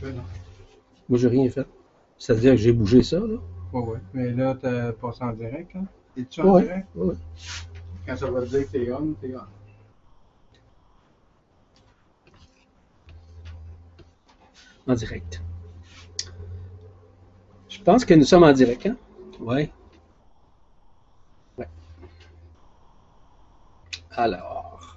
Ben non. Moi, j'ai rien fait. C'est-à-dire que j'ai bougé ça, là. Ouais. Mais là, t'as passé en direct, hein? Es-tu en Oui, direct? oui. Quand ça va te dire que t'es on, t'es on. En direct. Je pense que nous sommes en direct, hein? Oui. Ouais. Alors,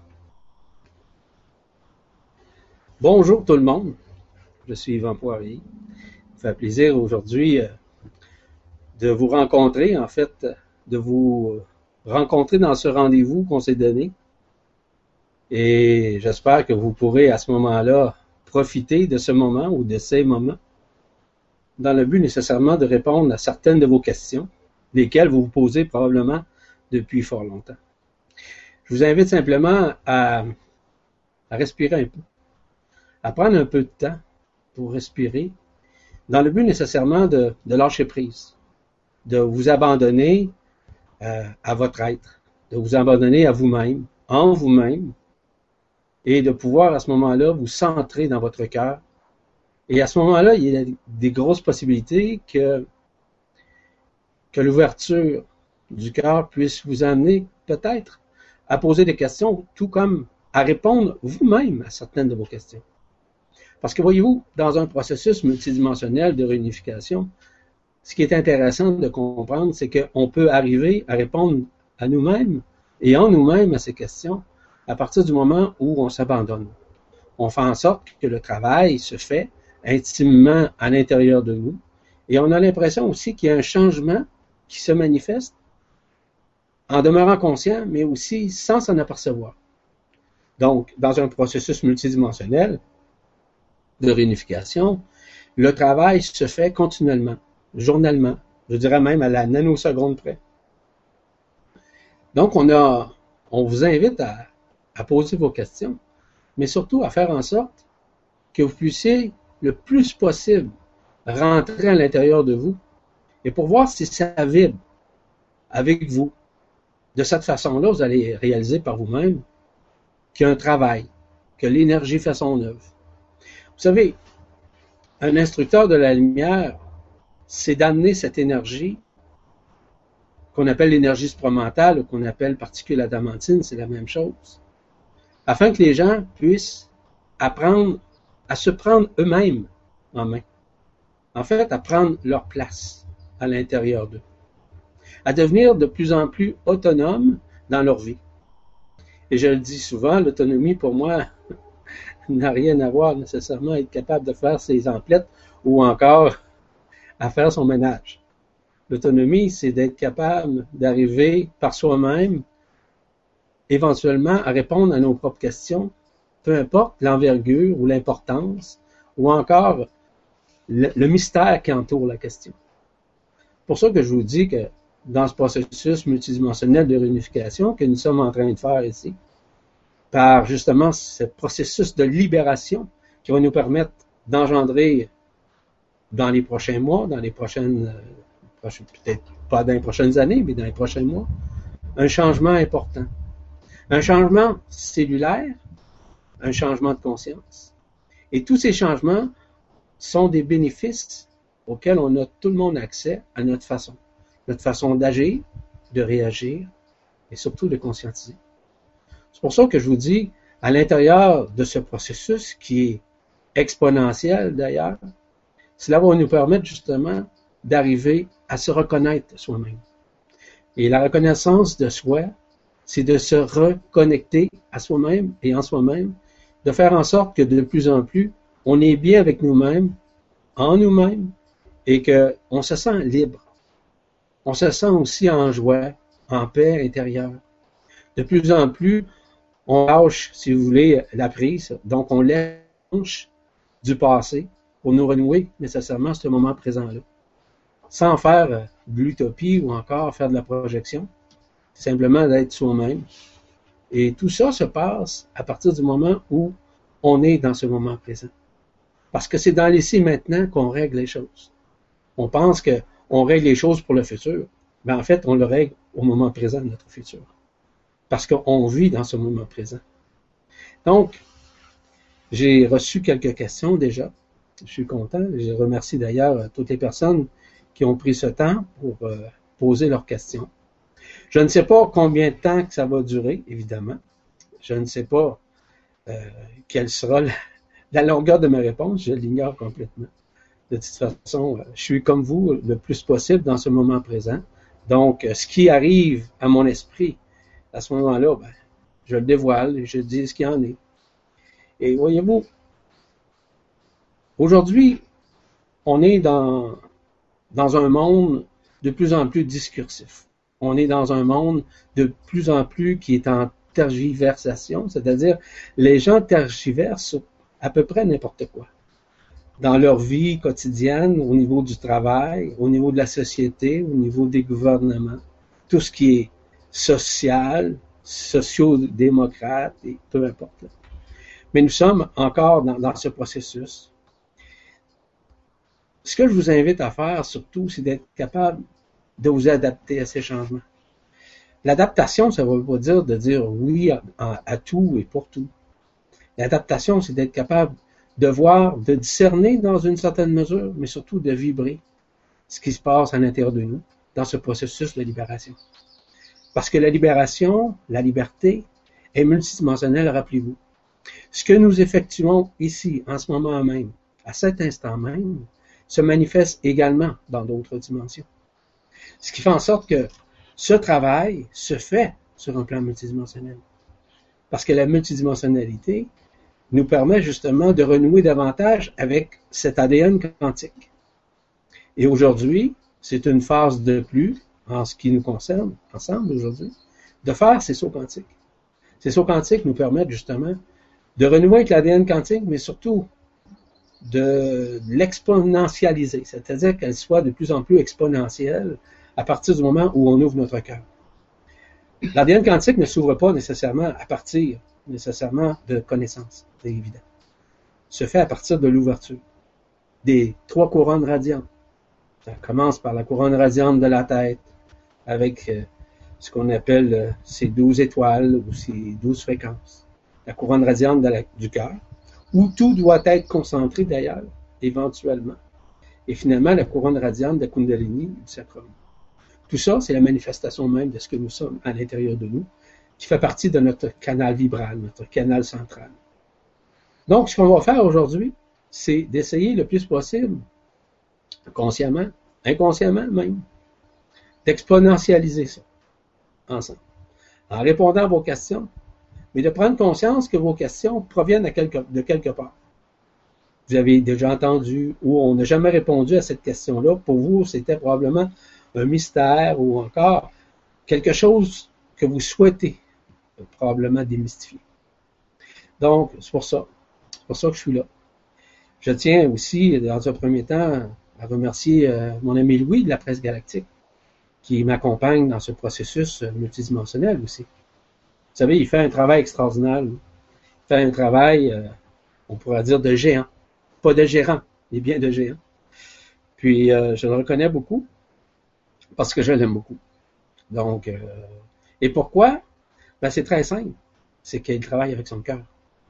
bonjour tout le monde. Je suis Yvan Poirier. Ça fait plaisir aujourd'hui de vous rencontrer, en fait, de vous rencontrer dans ce rendez-vous qu'on s'est donné. Et j'espère que vous pourrez à ce moment-là profiter de ce moment ou de ces moments dans le but nécessairement de répondre à certaines de vos questions, lesquelles vous vous posez probablement depuis fort longtemps. Je vous invite simplement à respirer un peu, à prendre un peu de temps pour respirer, dans le but nécessairement de lâcher prise, de vous abandonner à votre être, de vous abandonner à vous-même, en vous-même, et de pouvoir à ce moment-là vous centrer dans votre cœur. Et à ce moment-là, il y a des grosses possibilités que l'ouverture du cœur puisse vous amener peut-être à poser des questions, tout comme à répondre vous-même à certaines de vos questions. Parce que voyez-vous, dans un processus multidimensionnel de réunification, ce qui est intéressant de comprendre, c'est qu'on peut arriver à répondre à nous-mêmes et en nous-mêmes à ces questions à partir du moment où on s'abandonne. On fait en sorte que le travail se fait intimement à l'intérieur de nous et on a l'impression aussi qu'il y a un changement qui se manifeste en demeurant conscient, mais aussi sans s'en apercevoir. Donc, dans un processus multidimensionnel de réunification, le travail se fait continuellement, journellement, je dirais même à la nanoseconde près. Donc, on vous invite à poser vos questions, mais surtout à faire en sorte que vous puissiez le plus possible rentrer à l'intérieur de vous et pour voir si ça vibre avec vous. De cette façon-là, vous allez réaliser par vous-même qu'il y a un travail, que l'énergie fait son œuvre. Vous savez, un instructeur de la lumière, c'est d'amener cette énergie qu'on appelle l'énergie supramentale ou qu'on appelle particule adamantine, c'est la même chose, afin que les gens puissent apprendre à se prendre eux-mêmes en main. En fait, à prendre leur place à l'intérieur d'eux, à devenir de plus en plus autonomes dans leur vie. Et je le dis souvent, l'autonomie pour moi n'a rien à voir nécessairement à être capable de faire ses emplettes ou encore à faire son ménage. L'autonomie, c'est d'être capable d'arriver par soi-même, éventuellement, à répondre à nos propres questions, peu importe l'envergure ou l'importance, ou encore le mystère qui entoure la question. C'est pour ça que je vous dis que dans ce processus multidimensionnel de réunification que nous sommes en train de faire ici, par justement ce processus de libération qui va nous permettre d'engendrer dans les prochains mois, dans les prochaines, peut-être pas dans les prochaines années, mais dans les prochains mois, un changement important. Un changement cellulaire, un changement de conscience. Et tous ces changements sont des bénéfices auxquels on a tout le monde accès à notre façon d'agir, de réagir et surtout de conscientiser. C'est pour ça que je vous dis, à l'intérieur de ce processus qui est exponentiel d'ailleurs, cela va nous permettre justement d'arriver à se reconnaître soi-même. Et la reconnaissance de soi, c'est de se reconnecter à soi-même et en soi-même, de faire en sorte que de plus en plus, on est bien avec nous-mêmes, en nous-mêmes, et qu'on se sent libre. On se sent aussi en joie, en paix intérieure. De plus en plus, on lâche, si vous voulez, la prise. Donc, on lâche du passé pour nous renouer nécessairement à ce moment présent-là. Sans faire de l'utopie ou encore faire de la projection. Simplement d'être soi-même. Et tout ça se passe à partir du moment où on est dans ce moment présent. Parce que c'est dans l'ici maintenant qu'on règle les choses. On pense qu'on règle les choses pour le futur. Mais en fait, on le règle au moment présent de notre futur. Parce qu'on vit dans ce moment présent. Donc, j'ai reçu quelques questions déjà. Je suis content. Je remercie d'ailleurs toutes les personnes qui ont pris ce temps pour poser leurs questions. Je ne sais pas combien de temps que ça va durer, évidemment. Je ne sais pas quelle sera la longueur de ma réponse. Je l'ignore complètement. De toute façon, je suis comme vous le plus possible dans ce moment présent. Donc, ce qui arrive à mon esprit à ce moment-là, ben, je le dévoile et je dis ce qu'il y en est. Et voyez-vous, aujourd'hui, on est dans un monde de plus en plus discursif. On est dans un monde de plus en plus qui est en tergiversation, c'est-à-dire les gens tergiversent à peu près n'importe quoi. Dans leur vie quotidienne, au niveau du travail, au niveau de la société, au niveau des gouvernements, tout ce qui est social, socio-démocrate, et peu importe. Mais nous sommes encore dans ce processus. Ce que je vous invite à faire, surtout, c'est d'être capable de vous adapter à ces changements. L'adaptation, ça ne veut pas dire de dire oui à tout et pour tout. L'adaptation, c'est d'être capable de voir, de discerner dans une certaine mesure, mais surtout de vibrer ce qui se passe à l'intérieur de nous dans ce processus de libération. Parce que la libération, la liberté, est multidimensionnelle, rappelez-vous. Ce que nous effectuons ici, en ce moment même, à cet instant même, se manifeste également dans d'autres dimensions. Ce qui fait en sorte que ce travail se fait sur un plan multidimensionnel. Parce que la multidimensionnalité nous permet justement de renouer davantage avec cet ADN quantique. Et aujourd'hui, c'est une phase de plus, en ce qui nous concerne, ensemble aujourd'hui, de faire ces sauts quantiques. Ces sauts quantiques nous permettent justement de renouer avec l'ADN quantique, mais surtout de l'exponentialiser, c'est-à-dire qu'elle soit de plus en plus exponentielle à partir du moment où on ouvre notre cœur. L'ADN quantique ne s'ouvre pas nécessairement à partir nécessairement de connaissances, c'est évident. Se fait à partir de l'ouverture des 3 couronnes radiantes. Ça commence par la couronne radiante de la tête, avec ce qu'on appelle ces 12 étoiles ou ces 12 fréquences. La couronne radiante du cœur, où tout doit être concentré d'ailleurs, éventuellement. Et finalement, la couronne radiante de la Kundalini, du sacrum. Tout ça, c'est la manifestation même de ce que nous sommes à l'intérieur de nous, qui fait partie de notre canal vibral, notre canal central. Donc, ce qu'on va faire aujourd'hui, c'est d'essayer le plus possible, consciemment, inconsciemment même, d'exponentialiser ça, ensemble, en répondant à vos questions, mais de prendre conscience que vos questions proviennent de quelque part. Vous avez déjà entendu ou on n'a jamais répondu à cette question-là. Pour vous, c'était probablement un mystère ou encore quelque chose que vous souhaitez probablement démystifier. Donc, c'est pour ça que je suis là. Je tiens aussi, dans un premier temps, à remercier mon ami Louis de la Presse Galactique, qui m'accompagne dans ce processus multidimensionnel aussi. Vous savez, il fait un travail extraordinaire. Il fait un travail, on pourrait dire, de géant. Pas de gérant, mais bien de géant. Puis, je le reconnais beaucoup, parce que je l'aime beaucoup. Donc, et pourquoi? Ben, c'est très simple. C'est qu'il travaille avec son cœur.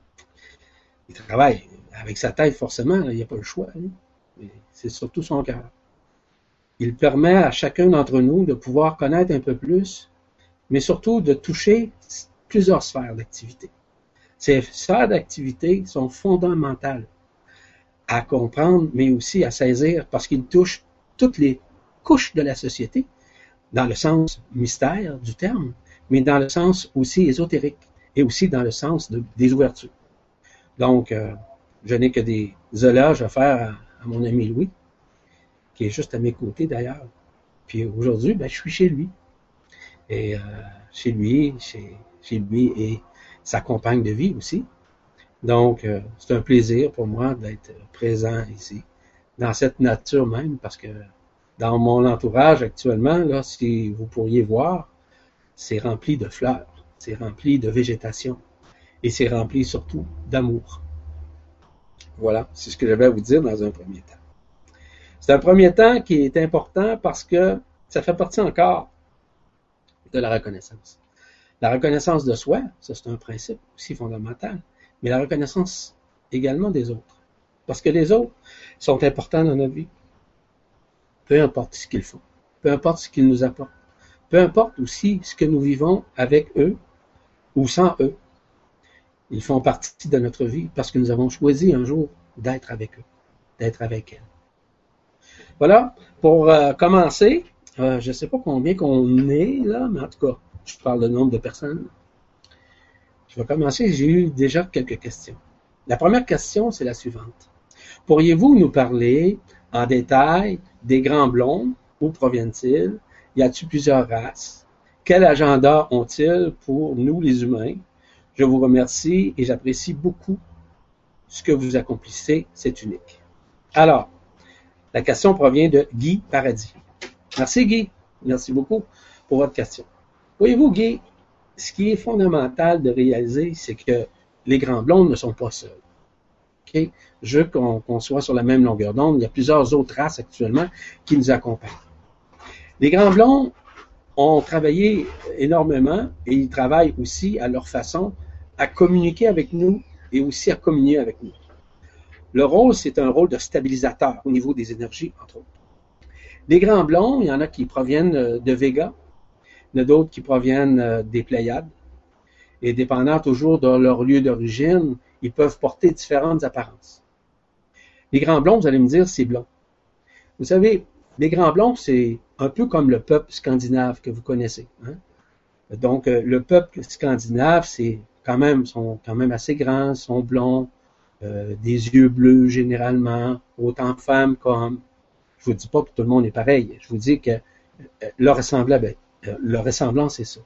Il travaille avec sa tête, forcément, il n'y a pas le choix. Hein? Mais c'est surtout son cœur. Il permet à chacun d'entre nous de pouvoir connaître un peu plus, mais surtout de toucher plusieurs sphères d'activité. Ces sphères d'activité sont fondamentales à comprendre, mais aussi à saisir, parce qu'ils touchent toutes les couches de la société, dans le sens mystère du terme, mais dans le sens aussi ésotérique, et aussi dans le sens des ouvertures. Donc, je n'ai que des éloges à faire à mon ami Louis, qui est juste à mes côtés d'ailleurs. Puis aujourd'hui, ben, je suis chez lui. Et chez lui et sa compagne de vie aussi. Donc, c'est un plaisir pour moi d'être présent ici, dans cette nature même, parce que dans mon entourage actuellement, là, si vous pourriez voir, c'est rempli de fleurs, c'est rempli de végétation, et c'est rempli surtout d'amour. Voilà, c'est ce que j'avais à vous dire dans un premier temps. C'est un premier temps qui est important parce que ça fait partie encore de la reconnaissance. La reconnaissance de soi, ça c'est un principe aussi fondamental, mais la reconnaissance également des autres. Parce que les autres sont importants dans notre vie. Peu importe ce qu'ils font, peu importe ce qu'ils nous apportent, peu importe aussi ce que nous vivons avec eux ou sans eux. Ils font partie de notre vie parce que nous avons choisi un jour d'être avec eux, d'être avec elles. Voilà, pour commencer, je ne sais pas combien qu'on est là, mais en tout cas, je parle de nombre de personnes. Je vais commencer, j'ai eu déjà quelques questions. La première question, c'est la suivante. Pourriez-vous nous parler en détail des grands blonds? Où proviennent-ils? Y a-t-il plusieurs races? Quel agenda ont-ils pour nous, les humains? Je vous remercie et j'apprécie beaucoup ce que vous accomplissez. C'est unique. Alors, la question provient de Guy Paradis. Merci Guy. Merci beaucoup pour votre question. Voyez-vous, Guy, ce qui est fondamental de réaliser, c'est que les grands blonds ne sont pas seuls. Okay? Je veux qu'on soit sur la même longueur d'onde. Il y a plusieurs autres races actuellement qui nous accompagnent. Les grands blonds ont travaillé énormément et ils travaillent aussi à leur façon à communiquer avec nous et aussi à communier avec nous. Le rôle, c'est un rôle de stabilisateur au niveau des énergies, entre autres. Les grands blonds, il y en a qui proviennent de Vega, il y en a d'autres qui proviennent des Pléiades. Et dépendant toujours de leur lieu d'origine, ils peuvent porter différentes apparences. Les grands blonds, vous allez me dire, c'est blond. Vous savez, les grands blonds, c'est un peu comme le peuple scandinave que vous connaissez. Hein? Donc, le peuple scandinave, sont quand même assez grands, sont blonds, des yeux bleus généralement, autant femmes qu'hommes. Je vous dis pas que tout le monde est pareil. Je vous dis que leur ressemblance est ça.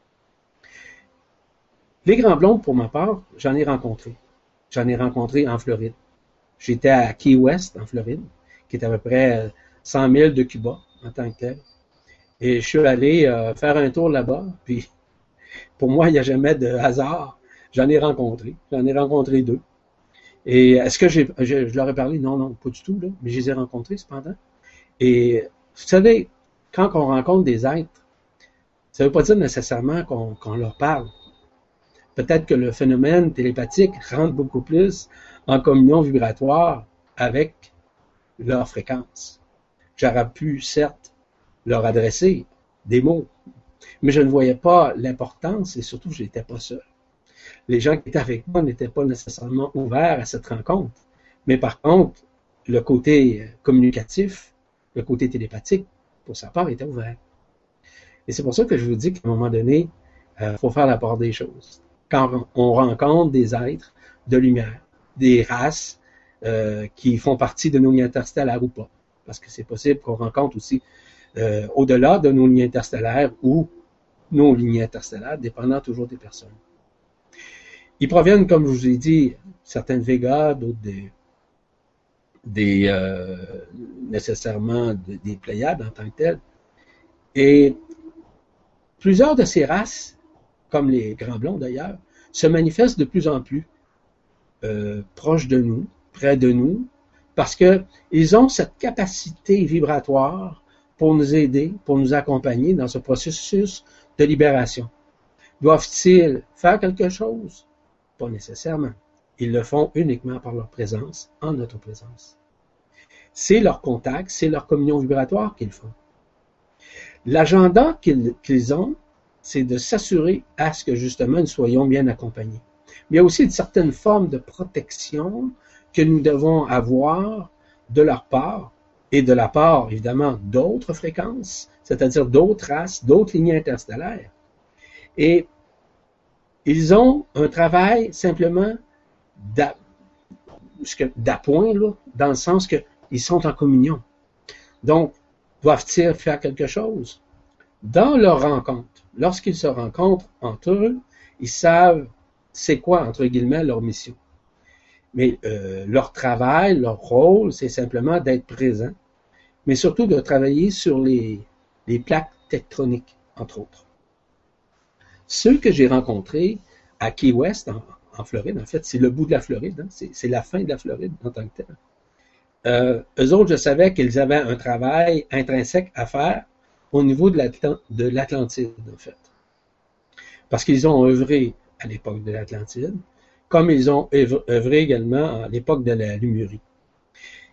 Les grands blonds, pour ma part, j'en ai rencontré. J'en ai rencontré en Floride. J'étais à Key West, en Floride, qui est à peu près 100 000 de Cuba, en tant que tel. Et je suis allé faire un tour là-bas, puis pour moi, il n'y a jamais de hasard. J'en ai rencontré. J'en ai rencontré 2. Et est-ce que je leur ai parlé? Non, pas du tout, là. Mais je les ai rencontrés, cependant. Et vous savez, quand on rencontre des êtres, ça ne veut pas dire nécessairement qu'on leur parle. Peut-être que le phénomène télépathique rentre beaucoup plus en communion vibratoire avec leur fréquence. J'aurais pu, certes, leur adresser des mots, mais je ne voyais pas l'importance et surtout, je n'étais pas seul. Les gens qui étaient avec moi n'étaient pas nécessairement ouverts à cette rencontre. Mais par contre, le côté communicatif, le côté télépathique, pour sa part, était ouvert. Et c'est pour ça que je vous dis qu'à un moment donné, il faut faire la part des choses. Quand on rencontre des êtres de lumière, des races qui font partie de nos lignes interstellaires ou pas, parce que c'est possible qu'on rencontre aussi au-delà de nos lignes interstellaires ou nos lignes interstellaires, dépendant toujours des personnes. Ils proviennent, comme je vous ai dit, certains de Vega, d'autres nécessairement des Pléiades en tant que telles. Et plusieurs de ces races, comme les grands blonds d'ailleurs, se manifestent de plus en plus proches de nous, près de nous, parce qu'ils ont cette capacité vibratoire pour nous aider, pour nous accompagner dans ce processus de libération. Doivent-ils faire quelque chose? Pas nécessairement. Ils le font uniquement par leur présence, en notre présence. C'est leur contact, c'est leur communion vibratoire qu'ils font. L'agenda qu'ils ont, c'est de s'assurer à ce que justement nous soyons bien accompagnés. Mais il y a aussi une certaine forme de protection que nous devons avoir de leur part et de la part, évidemment, d'autres fréquences, c'est-à-dire d'autres races, d'autres lignées interstellaires. Et ils ont un travail simplement d'appoint, là, dans le sens qu'ils sont en communion. Donc, doivent-ils faire quelque chose? Dans leur rencontre, lorsqu'ils se rencontrent entre eux, ils savent c'est quoi, entre guillemets, leur mission. Mais leur travail, leur rôle, c'est simplement d'être présent, mais surtout de travailler sur les plaques tectoniques, entre autres. Ceux que j'ai rencontrés à Key West, en Floride, en fait, c'est le bout de la Floride, hein, c'est la fin de la Floride en tant que tel. Eux autres, je savais qu'ils avaient un travail intrinsèque à faire au niveau de l'Atlantide, en fait. Parce qu'ils ont œuvré à l'époque de l'Atlantide, comme ils ont œuvré également à l'époque de la Lémurie.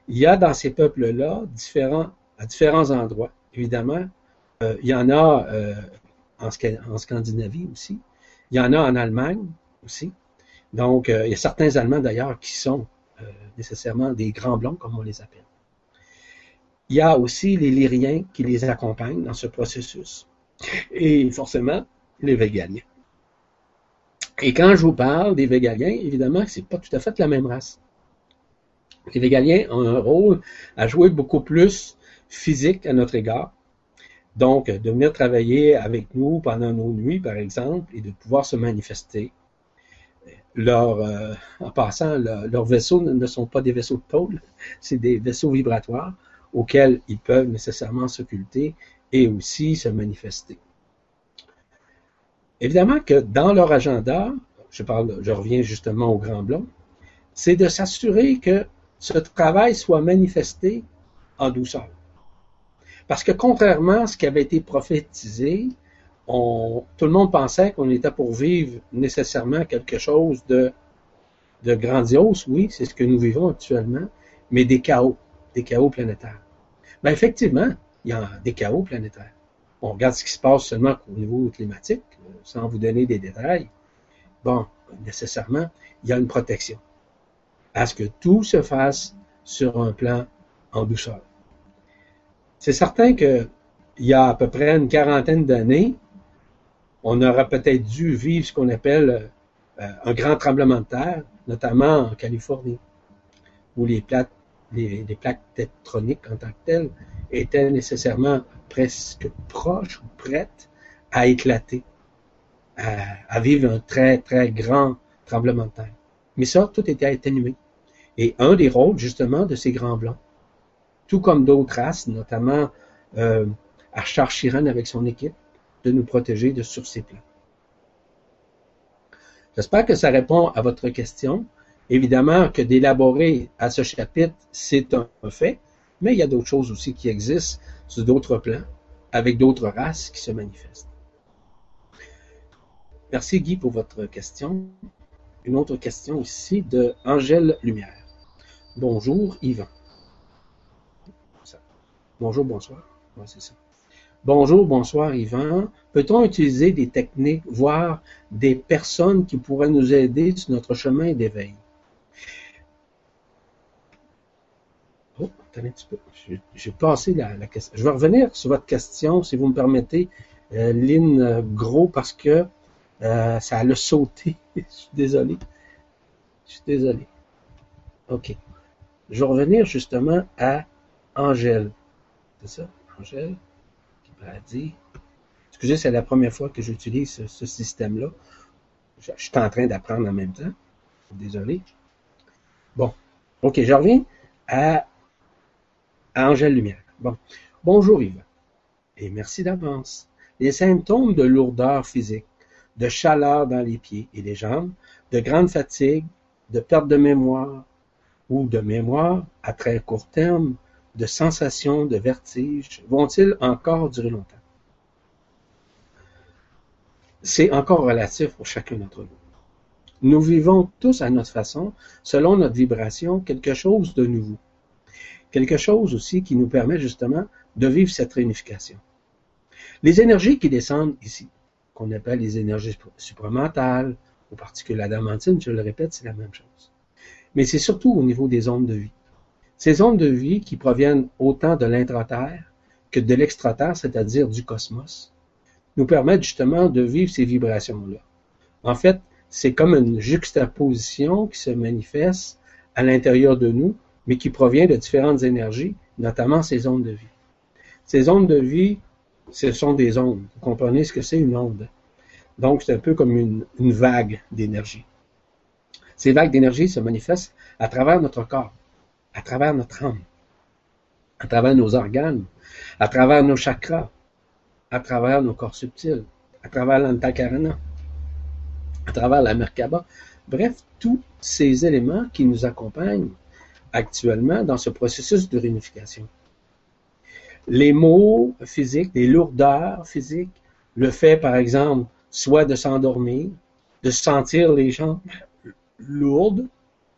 Il y a dans ces peuples-là, à différents endroits, évidemment, il y en a en Scandinavie aussi, il y en a en Allemagne aussi. Donc, il y a certains Allemands d'ailleurs qui sont nécessairement des grands blonds, comme on les appelle. Il y a aussi les Lyriens qui les accompagnent dans ce processus. Et forcément, les Végaliens. Et quand je vous parle des Végaliens, évidemment, c'est pas tout à fait la même race. Les Végaliens ont un rôle à jouer beaucoup plus physique à notre égard. Donc, de venir travailler avec nous pendant nos nuits, par exemple, et de pouvoir se manifester. En passant, leurs vaisseaux ne sont pas des vaisseaux de pôle, c'est des vaisseaux vibratoires auxquels ils peuvent nécessairement s'occulter et aussi se manifester. Évidemment que dans leur agenda, je reviens justement au Grand Blond, c'est de s'assurer que ce travail soit manifesté en douceur. Parce que contrairement à ce qui avait été prophétisé, tout le monde pensait qu'on était pour vivre nécessairement quelque chose de grandiose, oui, c'est ce que nous vivons actuellement, mais des chaos planétaires. Ben effectivement, il y a des chaos planétaires. On regarde ce qui se passe seulement au niveau climatique, sans vous donner des détails. Bon, nécessairement, il y a une protection à ce que tout se fasse sur un plan en douceur. C'est certain qu'il y a à peu près une quarantaine d'années, on aurait peut-être dû vivre ce qu'on appelle un grand tremblement de terre, notamment en Californie, où les plaques tectoniques en tant que telles étaient nécessairement presque proches ou prêtes à éclater, à vivre un très, très grand tremblement de terre. Mais ça, tout était atténué. Et un des rôles, justement, de ces grands blancs, tout comme d'autres races, notamment Archar Chiran avec son équipe, de nous protéger sur ces plans. J'espère que ça répond à votre question. Évidemment que d'élaborer à ce chapitre, c'est un fait, mais il y a d'autres choses aussi qui existent sur d'autres plans, avec d'autres races qui se manifestent. Merci Guy pour votre question. Une autre question ici de Angèle Lumière. Bonjour Yvan. Bonjour, bonsoir. Ouais, c'est ça. Bonjour, bonsoir Yvan. Peut-on utiliser des techniques, voire des personnes qui pourraient nous aider sur notre chemin d'éveil? Oh, attendez un petit peu. J'ai passé la question. Je vais revenir sur votre question, si vous me permettez, Lynn Gros, parce que ça a sauté. Je suis désolé. OK. Je vais revenir justement à Angèle. C'est ça, Angèle? Dit, excusez, c'est la première fois que j'utilise ce système-là. Je suis en train d'apprendre en même temps. Désolé. Bon. OK, je reviens à Angèle Lumière. Bon. Bonjour Yvan. Et merci d'avance. Les symptômes de lourdeur physique, de chaleur dans les pieds et les jambes, de grande fatigue, de perte de mémoire ou de mémoire à très court terme, de sensations de vertige, vont-ils encore durer longtemps? C'est encore relatif pour chacun d'entre nous. Nous vivons tous à notre façon, selon notre vibration, quelque chose de nouveau. Quelque chose aussi qui nous permet justement de vivre cette réunification. Les énergies qui descendent ici, qu'on appelle les énergies supramentales, aux particules adamantines, je le répète, c'est la même chose. Mais c'est surtout au niveau des ondes de vie. Ces ondes de vie qui proviennent autant de l'intraterre que de l'extraterre, c'est-à-dire du cosmos, nous permettent justement de vivre ces vibrations-là. En fait, c'est comme une juxtaposition qui se manifeste à l'intérieur de nous, mais qui provient de différentes énergies, notamment ces ondes de vie. Ces ondes de vie, ce sont des ondes. Vous comprenez ce que c'est une onde. Donc, c'est un peu comme une vague d'énergie. Ces vagues d'énergie se manifestent à travers notre corps, à travers notre âme, à travers nos organes, à travers nos chakras, à travers nos corps subtils, à travers l'antakarana, à travers la Merkaba. Bref, tous ces éléments qui nous accompagnent actuellement dans ce processus de réunification. Les maux physiques, les lourdeurs physiques, le fait, par exemple, soit de s'endormir, de sentir les jambes lourdes,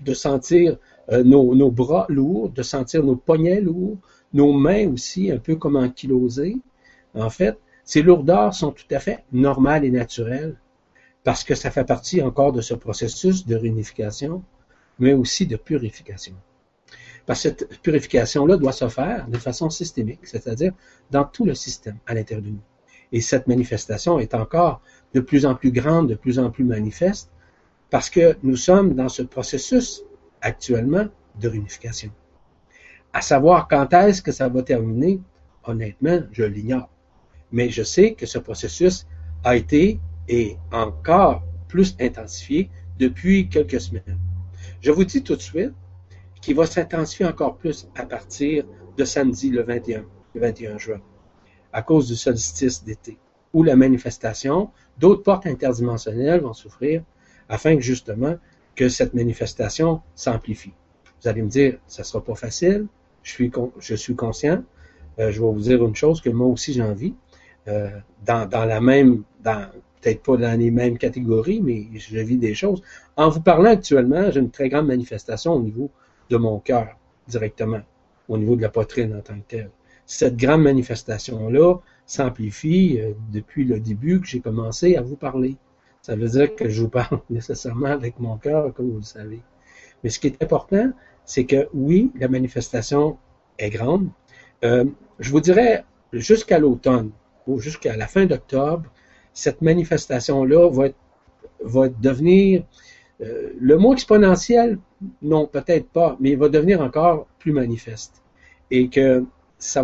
de sentir nos bras lourds, de sentir nos poignets lourds, nos mains aussi un peu comme ankylosées. En fait, ces lourdeurs sont tout à fait normales et naturelles parce que ça fait partie encore de ce processus de réunification, mais aussi de purification. Parce que cette purification-là doit se faire de façon systémique, c'est-à-dire dans tout le système à l'intérieur de nous. Et cette manifestation est encore de plus en plus grande, de plus en plus manifeste, parce que nous sommes dans ce processus actuellement de réunification. À savoir quand est-ce que ça va terminer, honnêtement, je l'ignore. Mais je sais que ce processus a été et encore plus intensifié depuis quelques semaines. Je vous dis tout de suite qu'il va s'intensifier encore plus à partir de samedi le 21 juin, à cause du solstice d'été, où la manifestation d'autres portes interdimensionnelles vont s'ouvrir afin que justement que cette manifestation s'amplifie. Vous allez me dire, ça ne sera pas facile, je suis conscient, je vais vous dire une chose que moi aussi j'ai envie, peut-être pas dans les mêmes catégories, mais je vis des choses. En vous parlant actuellement, j'ai une très grande manifestation au niveau de mon cœur, directement, au niveau de la poitrine en tant que telle. Cette grande manifestation-là s'amplifie depuis le début que j'ai commencé à vous parler. Ça veut dire que je vous parle nécessairement avec mon cœur, comme vous le savez. Mais ce qui est important, c'est que oui, la manifestation est grande. Je vous dirais, jusqu'à l'automne, ou jusqu'à la fin d'octobre, cette manifestation-là va devenir, le mot exponentiel, non, peut-être pas, mais il va devenir encore plus manifeste. Et que ça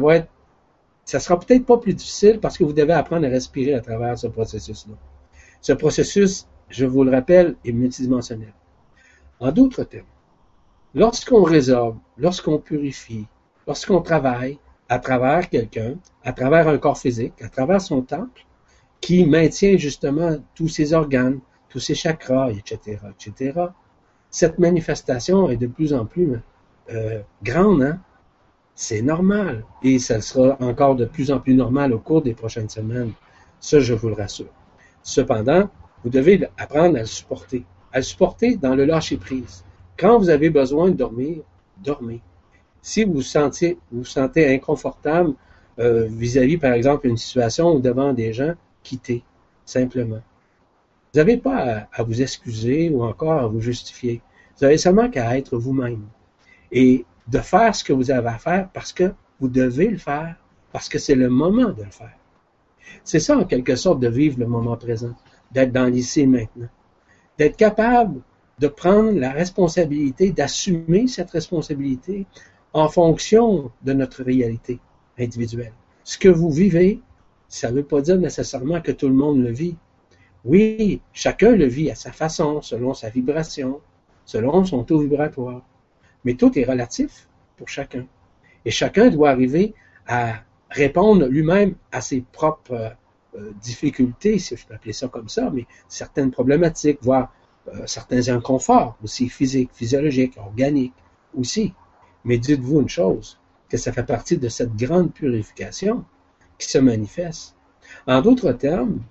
sera peut-être pas plus difficile parce que vous devez apprendre à respirer à travers ce processus-là. Ce processus, je vous le rappelle, est multidimensionnel. En d'autres termes, lorsqu'on résorbe, lorsqu'on purifie, lorsqu'on travaille à travers quelqu'un, à travers un corps physique, à travers son temple, qui maintient justement tous ses organes, tous ses chakras, etc., etc., cette manifestation est de plus en plus grande, hein? C'est normal. Et ça sera encore de plus en plus normal au cours des prochaines semaines. Ça, je vous le rassure. Cependant, vous devez apprendre à le supporter dans le lâcher-prise. Quand vous avez besoin de dormir, dormez. Si vous vous sentez inconfortable vis-à-vis, par exemple, une situation ou devant des gens, quittez, simplement. Vous n'avez pas à vous excuser ou encore à vous justifier. Vous avez seulement qu'à être vous-même. Et de faire ce que vous avez à faire parce que vous devez le faire, parce que c'est le moment de le faire. C'est ça, en quelque sorte, de vivre le moment présent, d'être dans l'ici et maintenant, d'être capable de prendre la responsabilité, d'assumer cette responsabilité en fonction de notre réalité individuelle. Ce que vous vivez, ça ne veut pas dire nécessairement que tout le monde le vit. Oui, chacun le vit à sa façon, selon sa vibration, selon son taux vibratoire. Mais tout est relatif pour chacun. Et chacun doit arriver à répondre lui-même à ses propres difficultés, si je peux appeler ça comme ça, mais certaines problématiques, voire certains inconforts aussi physiques, physiologiques, organiques aussi. Mais dites-vous une chose, que ça fait partie de cette grande purification qui se manifeste. En d'autres termes,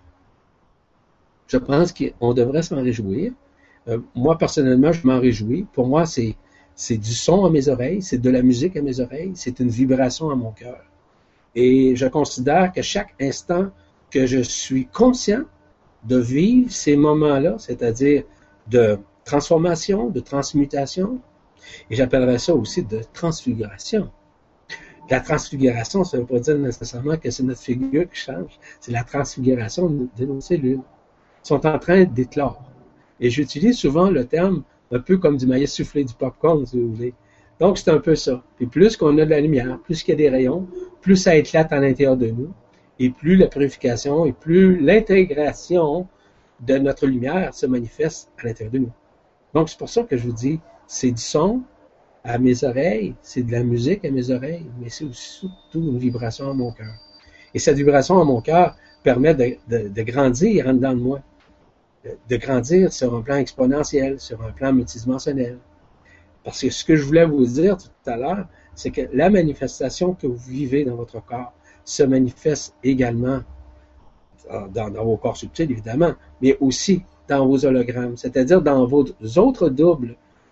je pense qu'on devrait s'en réjouir. Moi, personnellement, je m'en réjouis. Pour moi, c'est du son à mes oreilles, c'est de la musique à mes oreilles, c'est une vibration à mon cœur. Et je considère que chaque instant que je suis conscient de vivre ces moments-là, c'est-à-dire de transformation, de transmutation, et j'appellerais ça aussi de transfiguration. La transfiguration, ça ne veut pas dire nécessairement que c'est notre figure qui change, c'est la transfiguration de nos cellules. Elles sont en train d'éclore. Et j'utilise souvent le terme un peu comme du maïs soufflé, du popcorn, si vous voulez. Donc, c'est un peu ça. Et plus qu'on a de la lumière, plus qu'il y a des rayons, plus ça éclate à l'intérieur de nous, et plus la purification, et plus l'intégration de notre lumière se manifeste à l'intérieur de nous. Donc, c'est pour ça que je vous dis, c'est du son à mes oreilles, c'est de la musique à mes oreilles, mais c'est surtout une vibration à mon cœur. Et cette vibration à mon cœur permet de grandir en dedans de moi, de grandir sur un plan exponentiel, sur un plan multidimensionnel. Parce que ce que je voulais vous dire tout à l'heure, c'est que la manifestation que vous vivez dans votre corps se manifeste également dans vos corps subtils, évidemment, mais aussi dans vos hologrammes, c'est-à-dire dans vos autres doubles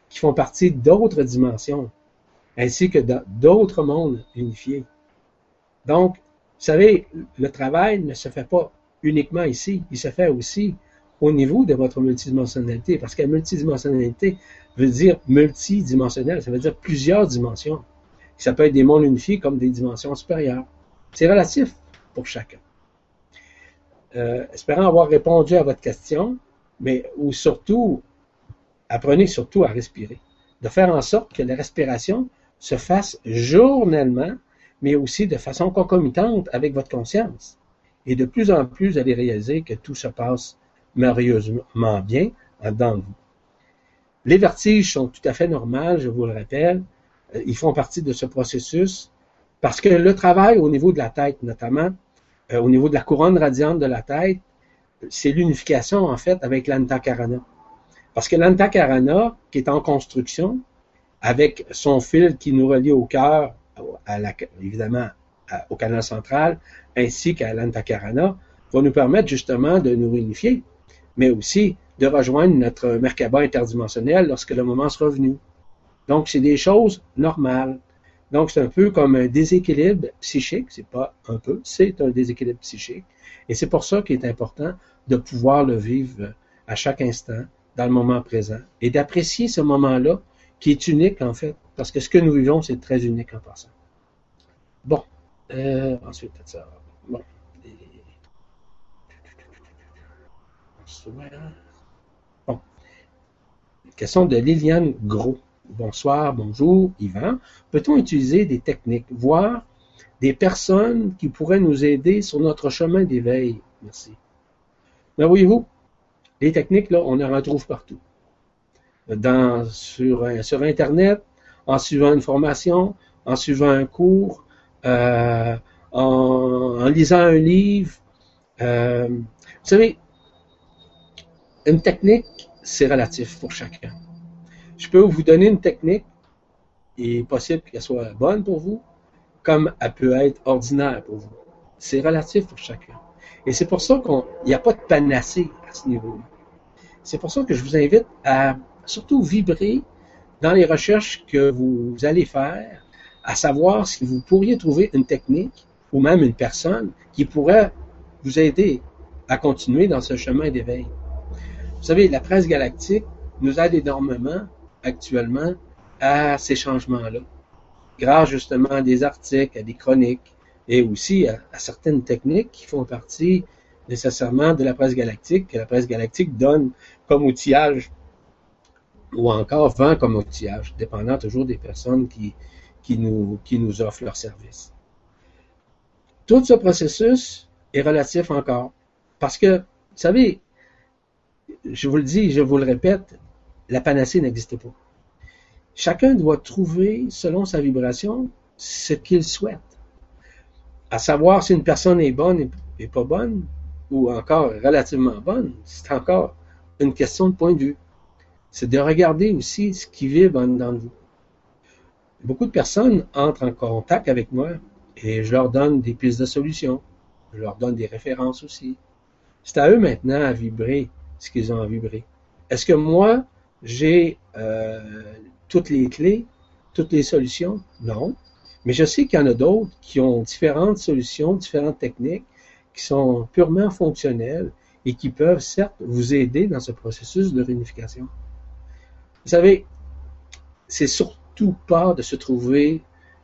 qui font partie d'autres dimensions, ainsi que d'autres mondes unifiés. Donc, vous savez, le travail ne se fait pas uniquement ici, il se fait aussi au niveau de votre multidimensionnalité, parce que la multidimensionnalité veut dire multidimensionnel, ça veut dire plusieurs dimensions. Ça peut être des mondes unifiés comme des dimensions supérieures. C'est relatif pour chacun. Espérant avoir répondu à votre question, mais ou surtout, apprenez surtout à respirer. De faire en sorte que la respiration se fasse journellement, mais aussi de façon concomitante avec votre conscience. Et de plus en plus, vous allez réaliser que tout se passe merveilleusement bien en dedans de vous. Les vertiges sont tout à fait normaux, je vous le rappelle. Ils font partie de ce processus parce que le travail au niveau de la tête, notamment, au niveau de la couronne radiante de la tête, c'est l'unification, en fait, avec l'Antakarana. Parce que l'Antakarana, qui est en construction, avec son fil qui nous relie au cœur, évidemment, au canal central, ainsi qu'à l'Antakarana, va nous permettre justement de nous réunifier, mais aussi de rejoindre notre Merkaba interdimensionnel lorsque le moment sera venu. Donc, c'est des choses normales. Donc, c'est un peu comme un déséquilibre psychique. C'est pas un peu, c'est un déséquilibre psychique. Et c'est pour ça qu'il est important de pouvoir le vivre à chaque instant, dans le moment présent, et d'apprécier ce moment-là, qui est unique, en fait, parce que ce que nous vivons, c'est très unique en passant. Bon. Ensuite, ça. Bon. Bon. Question de Liliane Gros. Bonsoir, bonjour, Yvan. Peut-on utiliser des techniques, voire des personnes qui pourraient nous aider sur notre chemin d'éveil? Merci. Mais voyez-vous, les techniques, là, on en retrouve partout. Sur Internet, en suivant une formation, en suivant un cours, en lisant un livre. Vous savez, une technique, c'est relatif pour chacun. Je peux vous donner une technique, il est possible qu'elle soit bonne pour vous, comme elle peut être ordinaire pour vous. C'est relatif pour chacun. Et c'est pour ça qu'il n'y a pas de panacée à ce niveau-là. C'est pour ça que je vous invite à surtout vibrer dans les recherches que vous allez faire, à savoir si vous pourriez trouver une technique ou même une personne qui pourrait vous aider à continuer dans ce chemin d'éveil. Vous savez, la presse galactique nous aide énormément actuellement à ces changements-là, grâce justement à des articles, à des chroniques et aussi à certaines techniques qui font partie nécessairement de la presse galactique, que la presse galactique donne comme outillage ou encore vend comme outillage, dépendant toujours des personnes qui nous offrent leurs services. Tout ce processus est relatif encore, parce que, vous savez, je vous le dis, je vous le répète, la panacée n'existe pas. Chacun doit trouver, selon sa vibration, ce qu'il souhaite. À savoir si une personne est bonne et pas bonne, ou encore relativement bonne, c'est encore une question de point de vue. C'est de regarder aussi ce qui vibre en dedans de vous. Beaucoup de personnes entrent en contact avec moi et je leur donne des pistes de solutions. Je leur donne des références aussi. C'est à eux maintenant à vibrer ce qu'ils ont à vibrer. Est-ce que moi, j'ai toutes les clés, toutes les solutions? Non. Mais je sais qu'il y en a d'autres qui ont différentes solutions, différentes techniques, qui sont purement fonctionnelles et qui peuvent certes vous aider dans ce processus de réunification. Vous savez, c'est surtout pas de se trouver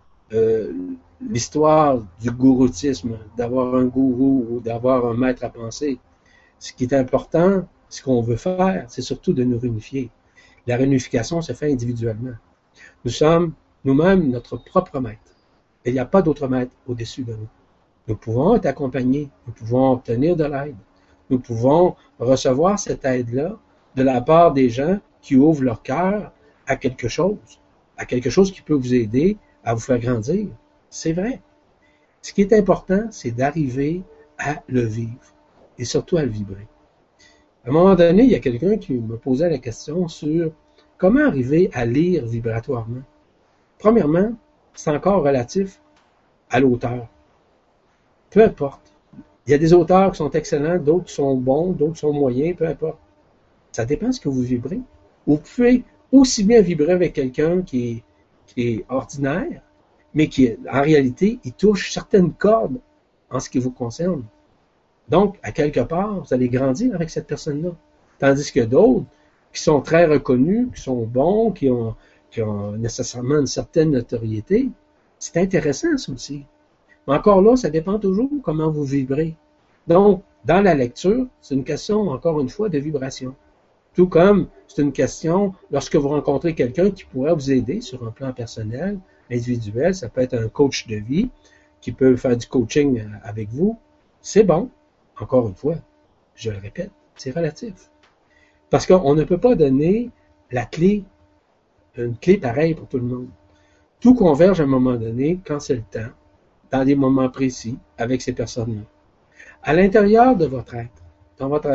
l'histoire du gouroutisme, d'avoir un gourou ou d'avoir un maître à penser. Ce qui est important, ce qu'on veut faire, c'est surtout de nous réunifier. La réunification se fait individuellement. Nous sommes nous-mêmes notre propre maître. Et il n'y a pas d'autre maître au-dessus de nous. Nous pouvons être accompagnés, nous pouvons obtenir de l'aide. Nous pouvons recevoir cette aide-là de la part des gens qui ouvrent leur cœur à quelque chose qui peut vous aider à vous faire grandir. C'est vrai. Ce qui est important, c'est d'arriver à le vivre et surtout à le vibrer. À un moment donné, il y a quelqu'un qui me posait la question sur comment arriver à lire vibratoirement. Premièrement, c'est encore relatif à l'auteur. Peu importe. Il y a des auteurs qui sont excellents, d'autres qui sont bons, d'autres qui sont moyens, peu importe. Ça dépend de ce que vous vibrez. Vous pouvez aussi bien vibrer avec quelqu'un qui est ordinaire, mais qui, en réalité, il touche certaines cordes en ce qui vous concerne. Donc, à quelque part, vous allez grandir avec cette personne-là. Tandis que d'autres, qui sont très reconnus, qui sont bons, qui ont nécessairement une certaine notoriété, c'est intéressant, ça aussi. Mais encore là, ça dépend toujours comment vous vibrez. Donc, dans la lecture, c'est une question, encore une fois, de vibration. Tout comme c'est une question, lorsque vous rencontrez quelqu'un qui pourrait vous aider sur un plan personnel, individuel, ça peut être un coach de vie qui peut faire du coaching avec vous, c'est bon. Encore une fois, je le répète, c'est relatif. Parce qu'on ne peut pas donner la clé, une clé pareille pour tout le monde. Tout converge à un moment donné, quand c'est le temps, dans des moments précis, avec ces personnes-là. À l'intérieur de votre être, dans votre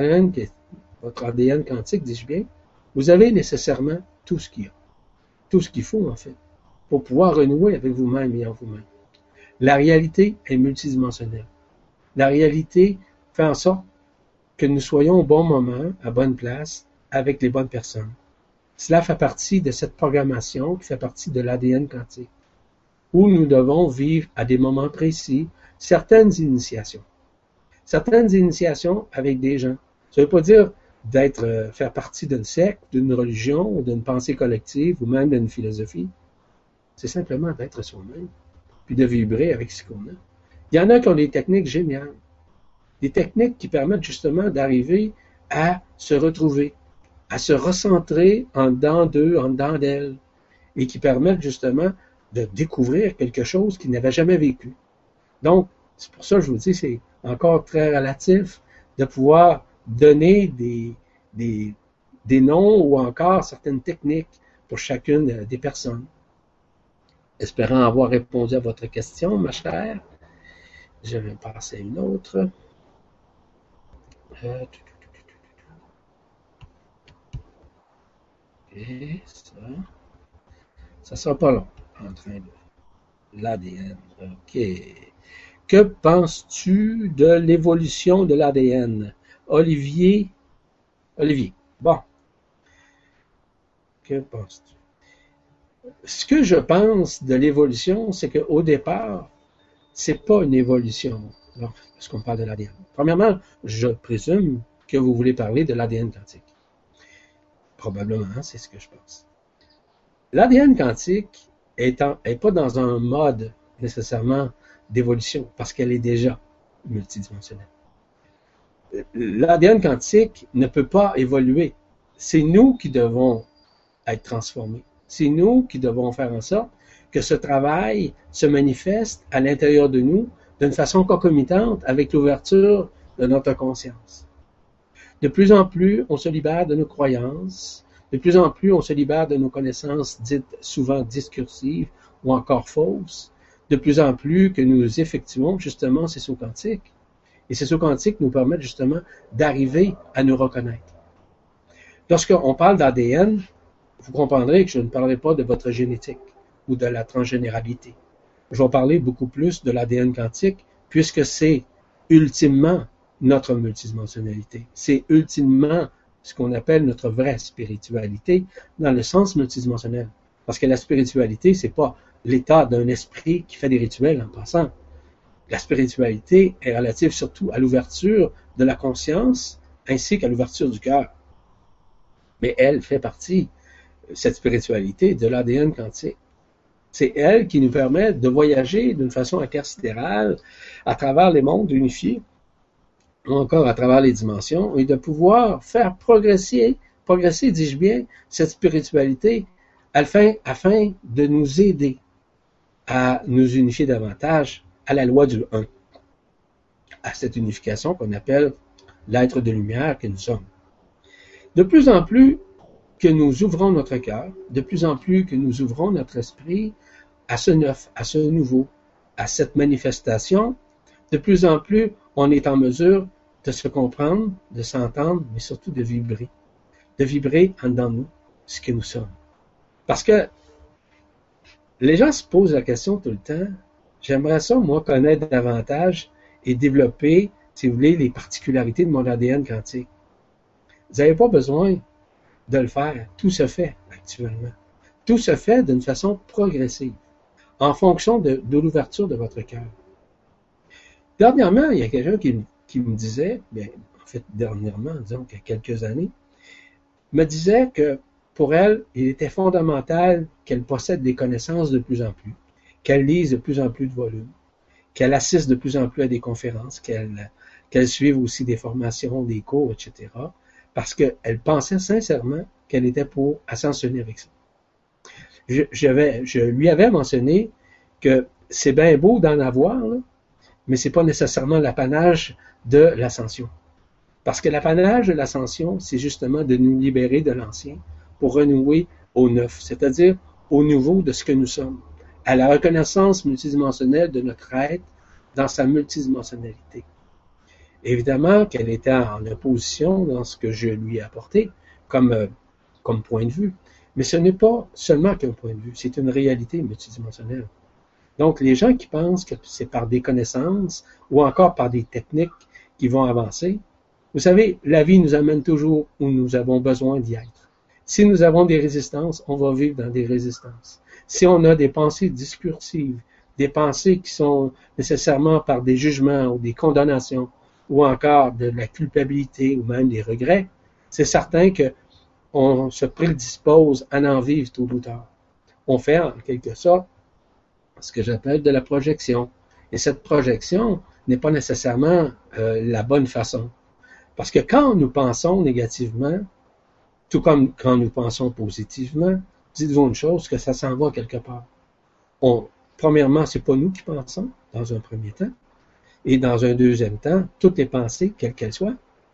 ADN quantique, dis-je bien, vous avez nécessairement tout ce qu'il y a. Tout ce qu'il faut, en fait, pour pouvoir renouer avec vous-même et en vous-même. La réalité est multidimensionnelle. La réalité fait en sorte que nous soyons au bon moment, à bonne place, avec les bonnes personnes. Cela fait partie de cette programmation qui fait partie de l'ADN quantique, où nous devons vivre à des moments précis certaines initiations. Certaines initiations avec des gens. Ça ne veut pas dire faire partie d'une secte, d'une religion, ou d'une pensée collective, ou même d'une philosophie. C'est simplement d'être soi-même, puis de vibrer avec ce qu'on a. Il y en a qui ont des techniques géniales. Des techniques qui permettent justement d'arriver à se retrouver, à se recentrer en dedans d'eux, en dedans d'elles, et qui permettent justement de découvrir quelque chose qu'ils n'avaient jamais vécu. Donc, c'est pour ça que je vous dis, c'est encore très relatif de pouvoir donner des noms ou encore certaines techniques pour chacune des personnes. Espérant avoir répondu à votre question, ma chère, je vais passer à une autre. Et ça sera pas long en train de l'ADN. OK. Que penses-tu de l'évolution de l'ADN? Olivier, bon. Que penses-tu? Ce que je pense de l'évolution, c'est qu'au départ, c'est pas une évolution, parce qu'on parle de l'ADN. Premièrement, je présume que vous voulez parler de l'ADN quantique. Probablement, c'est ce que je pense. L'ADN quantique est pas dans un mode nécessairement d'évolution, parce qu'elle est déjà multidimensionnelle. L'ADN quantique ne peut pas évoluer. C'est nous qui devons être transformés. C'est nous qui devons faire en sorte que ce travail se manifeste à l'intérieur de nous d'une façon concomitante avec l'ouverture de notre conscience. De plus en plus, on se libère de nos croyances. De plus en plus, on se libère de nos connaissances dites souvent discursives ou encore fausses. De plus en plus que nous effectuons justement ces sauts quantiques. Et ces sauts quantiques nous permettent justement d'arriver à nous reconnaître. Lorsqu'on parle d'ADN, vous comprendrez que je ne parlerai pas de votre génétique ou de la transgénéralité. Je vais parler beaucoup plus de l'ADN quantique puisque c'est ultimement notre multidimensionnalité. C'est ultimement ce qu'on appelle notre vraie spiritualité dans le sens multidimensionnel. Parce que la spiritualité, c'est pas l'état d'un esprit qui fait des rituels en passant. La spiritualité est relative surtout à l'ouverture de la conscience ainsi qu'à l'ouverture du cœur. Mais elle fait partie, cette spiritualité, de l'ADN quantique. C'est elle qui nous permet de voyager d'une façon intersidérale à travers les mondes unifiés, ou encore à travers les dimensions, et de pouvoir faire progresser, dis-je bien, cette spiritualité afin de nous aider à nous unifier davantage à la loi du 1, à cette unification qu'on appelle l'être de lumière que nous sommes. De plus en plus que nous ouvrons notre cœur, de plus en plus que nous ouvrons notre esprit à ce neuf, à ce nouveau, à cette manifestation, de plus en plus on est en mesure de se comprendre, de s'entendre, mais surtout de vibrer en dedans de nous ce que nous sommes. Parce que les gens se posent la question tout le temps, j'aimerais ça, moi, connaître davantage et développer, si vous voulez, les particularités de mon ADN quantique. Vous n'avez pas besoin de le faire. Tout se fait actuellement. Tout se fait d'une façon progressive, en fonction de l'ouverture de votre cœur. Dernièrement, il y a quelqu'un qui me disait, en fait dernièrement, disons qu'il y a quelques années, me disait que pour elle, il était fondamental qu'elle possède des connaissances de plus en plus, qu'elle lise de plus en plus de volumes, qu'elle assiste de plus en plus à des conférences, qu'elle suive aussi des formations, des cours, etc. Parce qu'elle pensait sincèrement qu'elle était pour ascensionner avec ça. Je lui avais mentionné que c'est bien beau d'en avoir, là, mais c'est pas nécessairement l'apanage de l'ascension. Parce que l'apanage de l'ascension, c'est justement de nous libérer de l'ancien pour renouer au neuf, c'est-à-dire au nouveau de ce que nous sommes, à la reconnaissance multidimensionnelle de notre être dans sa multidimensionnalité. Évidemment qu'elle était en opposition dans ce que je lui ai apporté comme point de vue, mais ce n'est pas seulement qu'un point de vue, c'est une réalité multidimensionnelle. Donc, les gens qui pensent que c'est par des connaissances ou encore par des techniques qui vont avancer, vous savez, la vie nous amène toujours où nous avons besoin d'y être. Si nous avons des résistances, on va vivre dans des résistances. Si on a des pensées discursives, des pensées qui sont nécessairement par des jugements ou des condamnations, ou encore de la culpabilité ou même des regrets, c'est certain qu'on se prédispose à en vivre tôt ou tard. On fait en quelque sorte ce que j'appelle de la projection. Et cette projection n'est pas nécessairement la bonne façon. Parce que quand nous pensons négativement, tout comme quand nous pensons positivement, dites-vous une chose, que ça s'en va quelque part. Premièrement, c'est pas nous qui pensons, dans un premier temps. Et dans un deuxième temps, toutes les pensées, quelles qu'elles soient,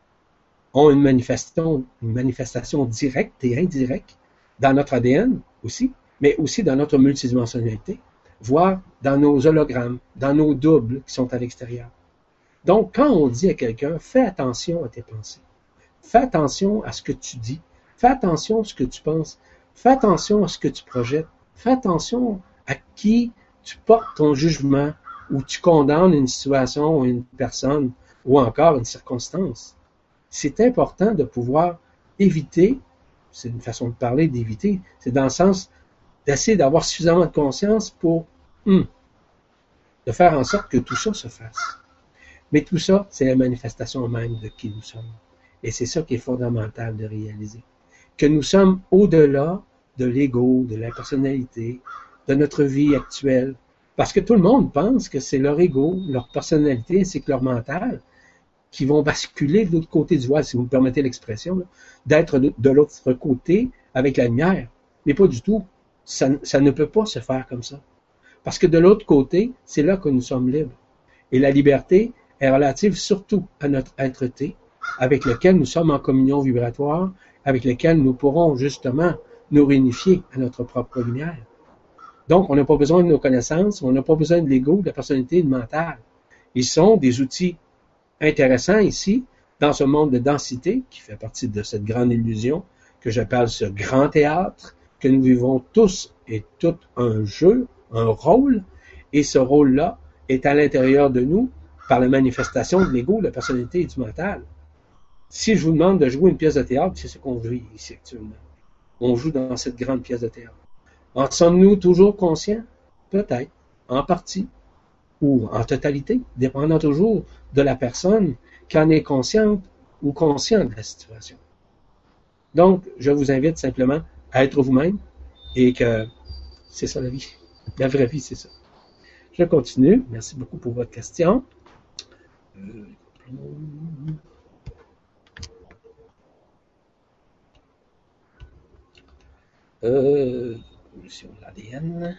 ont une manifestation directe et indirecte dans notre ADN aussi, mais aussi dans notre multidimensionnalité, voire dans nos hologrammes, dans nos doubles qui sont à l'extérieur. Donc, quand on dit à quelqu'un, fais attention à tes pensées, fais attention à ce que tu dis, fais attention à ce que tu penses, fais attention à ce que tu projettes, fais attention à qui tu portes ton jugement ou tu condamnes une situation ou une personne ou encore une circonstance. C'est important de pouvoir éviter, c'est une façon de parler d'éviter, c'est dans le sens d'essayer d'avoir suffisamment de conscience pour de faire en sorte que tout ça se fasse. Mais tout ça, c'est la manifestation même de qui nous sommes. Et c'est ça qui est fondamental de réaliser. Que nous sommes au-delà de l'ego, de la personnalité, de notre vie actuelle. Parce que tout le monde pense que c'est leur ego, leur personnalité, ainsi que leur mental, qui vont basculer de l'autre côté du voile, si vous me permettez l'expression, là, d'être de l'autre côté avec la lumière. Mais pas du tout. Ça ne peut pas se faire comme ça. Parce que de l'autre côté, c'est là que nous sommes libres. Et la liberté est relative surtout à notre être-té, avec lequel nous sommes en communion vibratoire, avec lequel nous pourrons justement nous réunifier à notre propre lumière. Donc, on n'a pas besoin de nos connaissances, on n'a pas besoin de l'ego, de la personnalité, du mental. Ils sont des outils intéressants ici, dans ce monde de densité, qui fait partie de cette grande illusion, que j'appelle ce grand théâtre, que nous vivons tous et toutes un jeu, un rôle, et ce rôle-là est à l'intérieur de nous par la manifestation de l'ego, de la personnalité et du mental. Si je vous demande de jouer une pièce de théâtre, c'est ce qu'on vit ici actuellement. On joue dans cette grande pièce de théâtre. En sommes-nous toujours conscients? Peut-être, en partie, ou en totalité, dépendant toujours de la personne qui en est consciente ou conscient de la situation. Donc, je vous invite simplement à être vous-même et que c'est ça la vie. La vraie vie, c'est ça. Je continue. Merci beaucoup pour votre question. Sur l'ADN.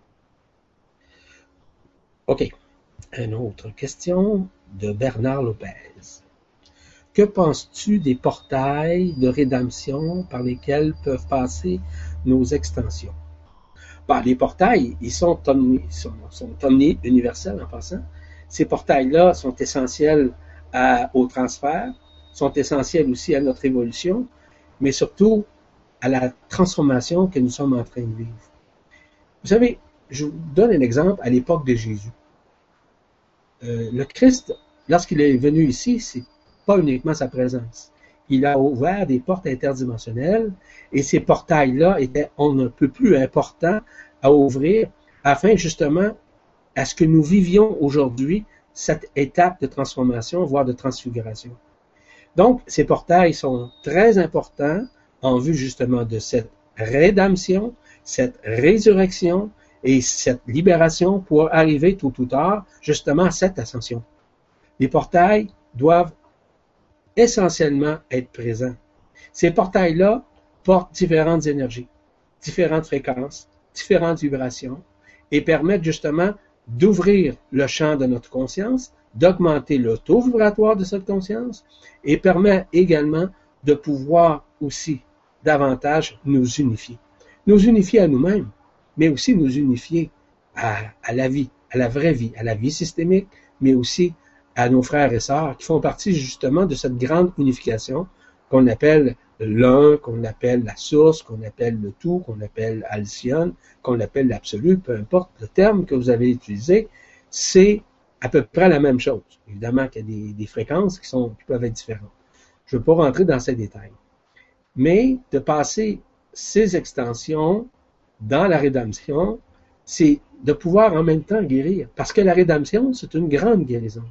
OK. Une autre question de Bernard Lopez. Que penses-tu des portails de rédemption par lesquels peuvent passer nos extensions? Les portails, ils sont omni-universels en passant. Ces portails-là sont essentiels au transfert, sont essentiels aussi à notre évolution, mais surtout à la transformation que nous sommes en train de vivre. Vous savez, je vous donne un exemple à l'époque de Jésus. Le Christ, lorsqu'il est venu ici, c'est pas uniquement sa présence. il a ouvert des portes interdimensionnelles et ces portails-là étaient on ne peut plus importants à ouvrir afin justement à ce que nous vivions aujourd'hui cette étape de transformation, voire de transfiguration. Donc, ces portails sont très importants en vue justement de cette rédemption, cette résurrection et cette libération pour arriver tôt ou tard justement à cette ascension. Les portails doivent essentiellement être présents. Ces portails-là portent différentes énergies, différentes fréquences, différentes vibrations et permettent justement d'ouvrir le champ de notre conscience, d'augmenter le taux vibratoire de cette conscience et permet également de pouvoir aussi davantage nous unifier. Nous unifier à nous-mêmes, mais aussi nous unifier à la vie, à la vraie vie, à la vie systémique, mais aussi à nos frères et sœurs qui font partie justement de cette grande unification qu'on appelle l'un, qu'on appelle la source, qu'on appelle le tout, qu'on appelle Alcyone, qu'on appelle l'absolu, peu importe le terme que vous avez utilisé, c'est à peu près la même chose. Évidemment qu'il y a des fréquences qui peuvent être différentes. Je ne veux pas rentrer dans ces détails. Mais de passer ces extensions dans la rédemption, c'est de pouvoir en même temps guérir. Parce que la rédemption, c'est une grande guérison.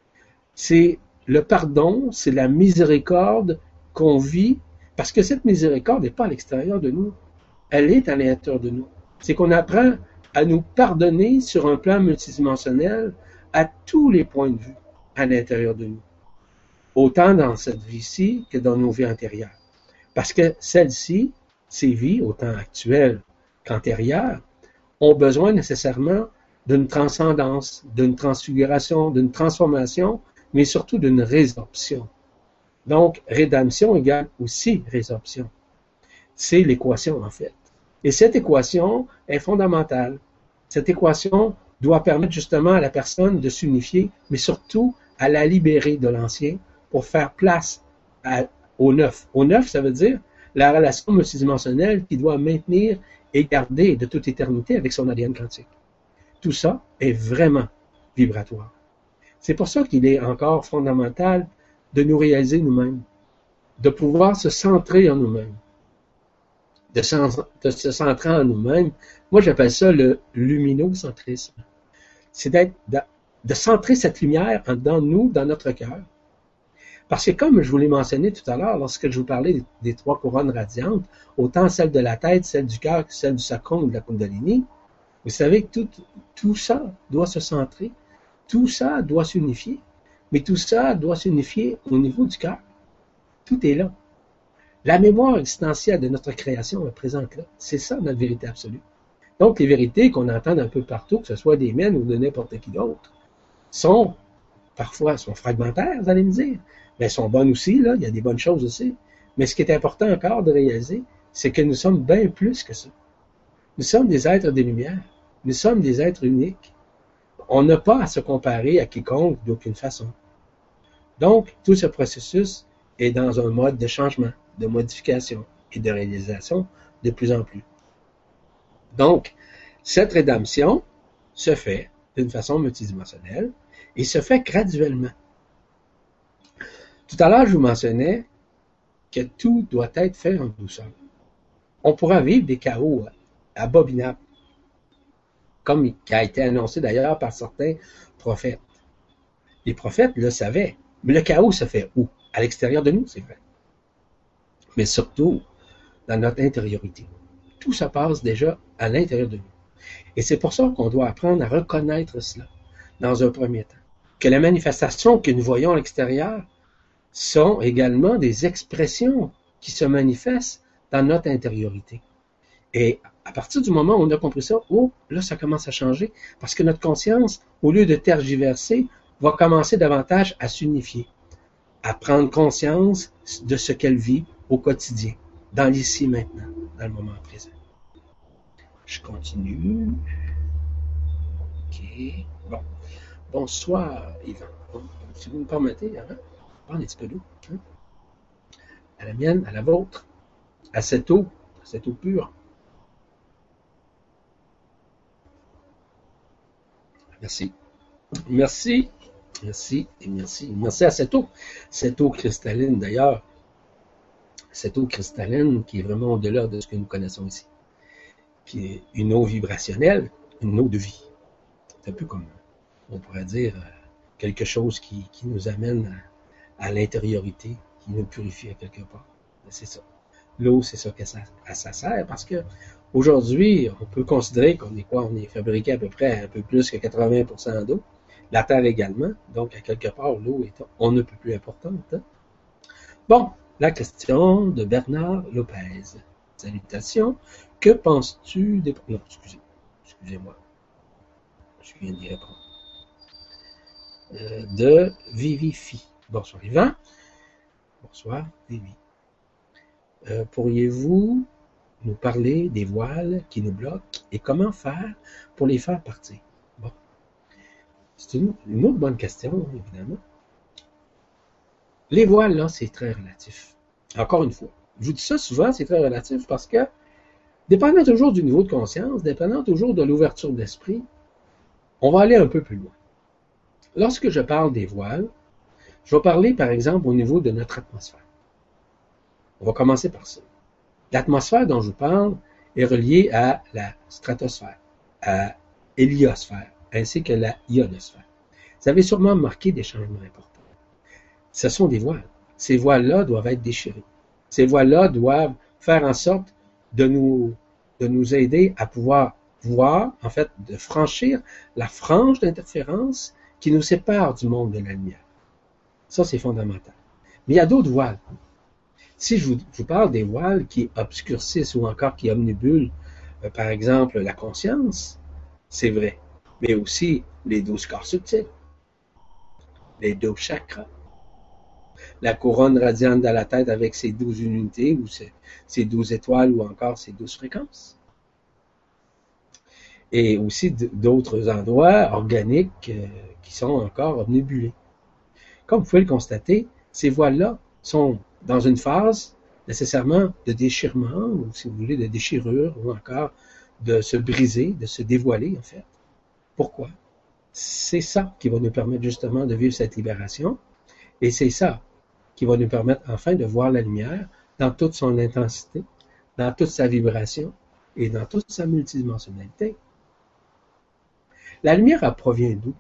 C'est le pardon, c'est la miséricorde qu'on vit, parce que cette miséricorde n'est pas à l'extérieur de nous, elle est à l'intérieur de nous. C'est qu'on apprend à nous pardonner sur un plan multidimensionnel à tous les points de vue à l'intérieur de nous, autant dans cette vie-ci que dans nos vies antérieures. Parce que celles-ci, ces vies, autant actuelles qu'antérieures, ont besoin nécessairement d'une transcendance, d'une transfiguration, d'une transformation, mais surtout d'une résorption. Donc, rédemption égale aussi résorption. C'est l'équation, en fait. Et cette équation est fondamentale. Cette équation doit permettre justement à la personne de s'unifier, mais surtout à la libérer de l'ancien pour faire place au neuf. Au neuf, ça veut dire la relation multidimensionnelle qui doit maintenir et garder de toute éternité avec son ADN quantique. Tout ça est vraiment vibratoire. C'est pour ça qu'il est encore fondamental de nous réaliser nous-mêmes, de pouvoir se centrer en nous-mêmes, de se centrer en nous-mêmes. Moi, j'appelle ça le luminocentrisme. C'est de centrer cette lumière dans nous, dans notre cœur. Parce que comme je vous l'ai mentionné tout à l'heure, lorsque je vous parlais des 3 couronnes radiantes, autant celle de la tête, celle du cœur que celle du sacrum ou de la Kundalini, vous savez que tout ça doit se centrer, tout ça doit s'unifier, mais tout ça doit s'unifier au niveau du cœur. Tout est là. La mémoire existentielle de notre création est présente là. C'est ça notre vérité absolue. Donc les vérités qu'on entend un peu partout, que ce soit des miennes ou de n'importe qui d'autre, parfois sont fragmentaires, vous allez me dire, mais elles sont bonnes aussi, là, il y a des bonnes choses aussi. Mais ce qui est important encore de réaliser, c'est que nous sommes bien plus que ça. Nous sommes des êtres de lumière. Nous sommes des êtres uniques. On n'a pas à se comparer à quiconque d'aucune façon. Donc, tout ce processus est dans un mode de changement, de modification et de réalisation de plus en plus. Donc, cette rédemption se fait d'une façon multidimensionnelle et se fait graduellement. Tout à l'heure, je vous mentionnais que tout doit être fait en douceur. On pourra vivre des chaos abominables, comme qui a été annoncé d'ailleurs par certains prophètes. Les prophètes le savaient, mais le chaos se fait où? À l'extérieur de nous, c'est vrai. Mais surtout, dans notre intériorité. Tout se passe déjà à l'intérieur de nous. Et c'est pour ça qu'on doit apprendre à reconnaître cela, dans un premier temps. Que les manifestations que nous voyons à l'extérieur sont également des expressions qui se manifestent dans notre intériorité. Et à partir du moment où on a compris ça, là, ça commence à changer, parce que notre conscience, au lieu de tergiverser, va commencer davantage à s'unifier, à prendre conscience de ce qu'elle vit au quotidien, dans l'ici maintenant, dans le moment présent. Je continue. OK. Bon. Bonsoir, Yvan. Bon, si vous me permettez, prendre un petit peu d'eau. À la mienne, à la vôtre, à cette eau pure. Merci. Merci. Merci et merci. Merci à cette eau cristalline d'ailleurs, cette eau cristalline qui est vraiment au-delà de ce que nous connaissons ici. Puis une eau vibrationnelle, une eau de vie. C'est un peu comme, on pourrait dire, quelque chose qui nous amène à l'intériorité, qui nous purifie à quelque part. C'est ça. L'eau, c'est ça que ça sert, parce que aujourd'hui, on peut considérer qu'on est quoi? On est fabriqué à peu près un peu plus que 80% d'eau. La Terre également. Donc, à quelque part, l'eau est on ne peut plus importante. Hein? Bon, la question de Bernard Lopez. Salutations. Que penses-tu des... Non, excusez-moi. Je viens d'y répondre. De Vivifi. Bonsoir Yvan. Bonsoir Vivi. Pourriez-vous nous parler des voiles qui nous bloquent et comment faire pour les faire partir? Bon. C'est une autre bonne question, évidemment. Les voiles, là, c'est très relatif. Encore une fois, je vous dis ça souvent, c'est très relatif parce que, dépendant toujours du niveau de conscience, dépendant toujours de l'ouverture d'esprit, on va aller un peu plus loin. Lorsque je parle des voiles, je vais parler, par exemple, au niveau de notre atmosphère. On va commencer par ça. L'atmosphère dont je vous parle est reliée à la stratosphère, à l'héliosphère, ainsi que la ionosphère. Vous avez sûrement remarqué des changements importants. Ce sont des voiles. Ces voiles-là doivent être déchirées. Ces voiles-là doivent faire en sorte de nous aider à pouvoir voir, en fait, de franchir la frange d'interférence qui nous sépare du monde de la lumière. Ça, c'est fondamental. Mais il y a d'autres voiles. Si je vous parle des voiles qui obscurcissent ou encore qui omnibulent, par exemple, la conscience, c'est vrai. Mais aussi les 12 corps subtils, les 12 chakras, la couronne radiante de la tête avec ses 12 unités ou ses 12 étoiles ou encore ses 12 fréquences. Et aussi d'autres endroits organiques qui sont encore omnibulés. Comme vous pouvez le constater, ces voiles-là sont dans une phase nécessairement de déchirement, ou si vous voulez, de déchirure, ou encore de se briser, de se dévoiler, en fait. Pourquoi? C'est ça qui va nous permettre justement de vivre cette libération, et c'est ça qui va nous permettre enfin de voir la lumière dans toute son intensité, dans toute sa vibration, et dans toute sa multidimensionnalité. La lumière, elle provient d'où?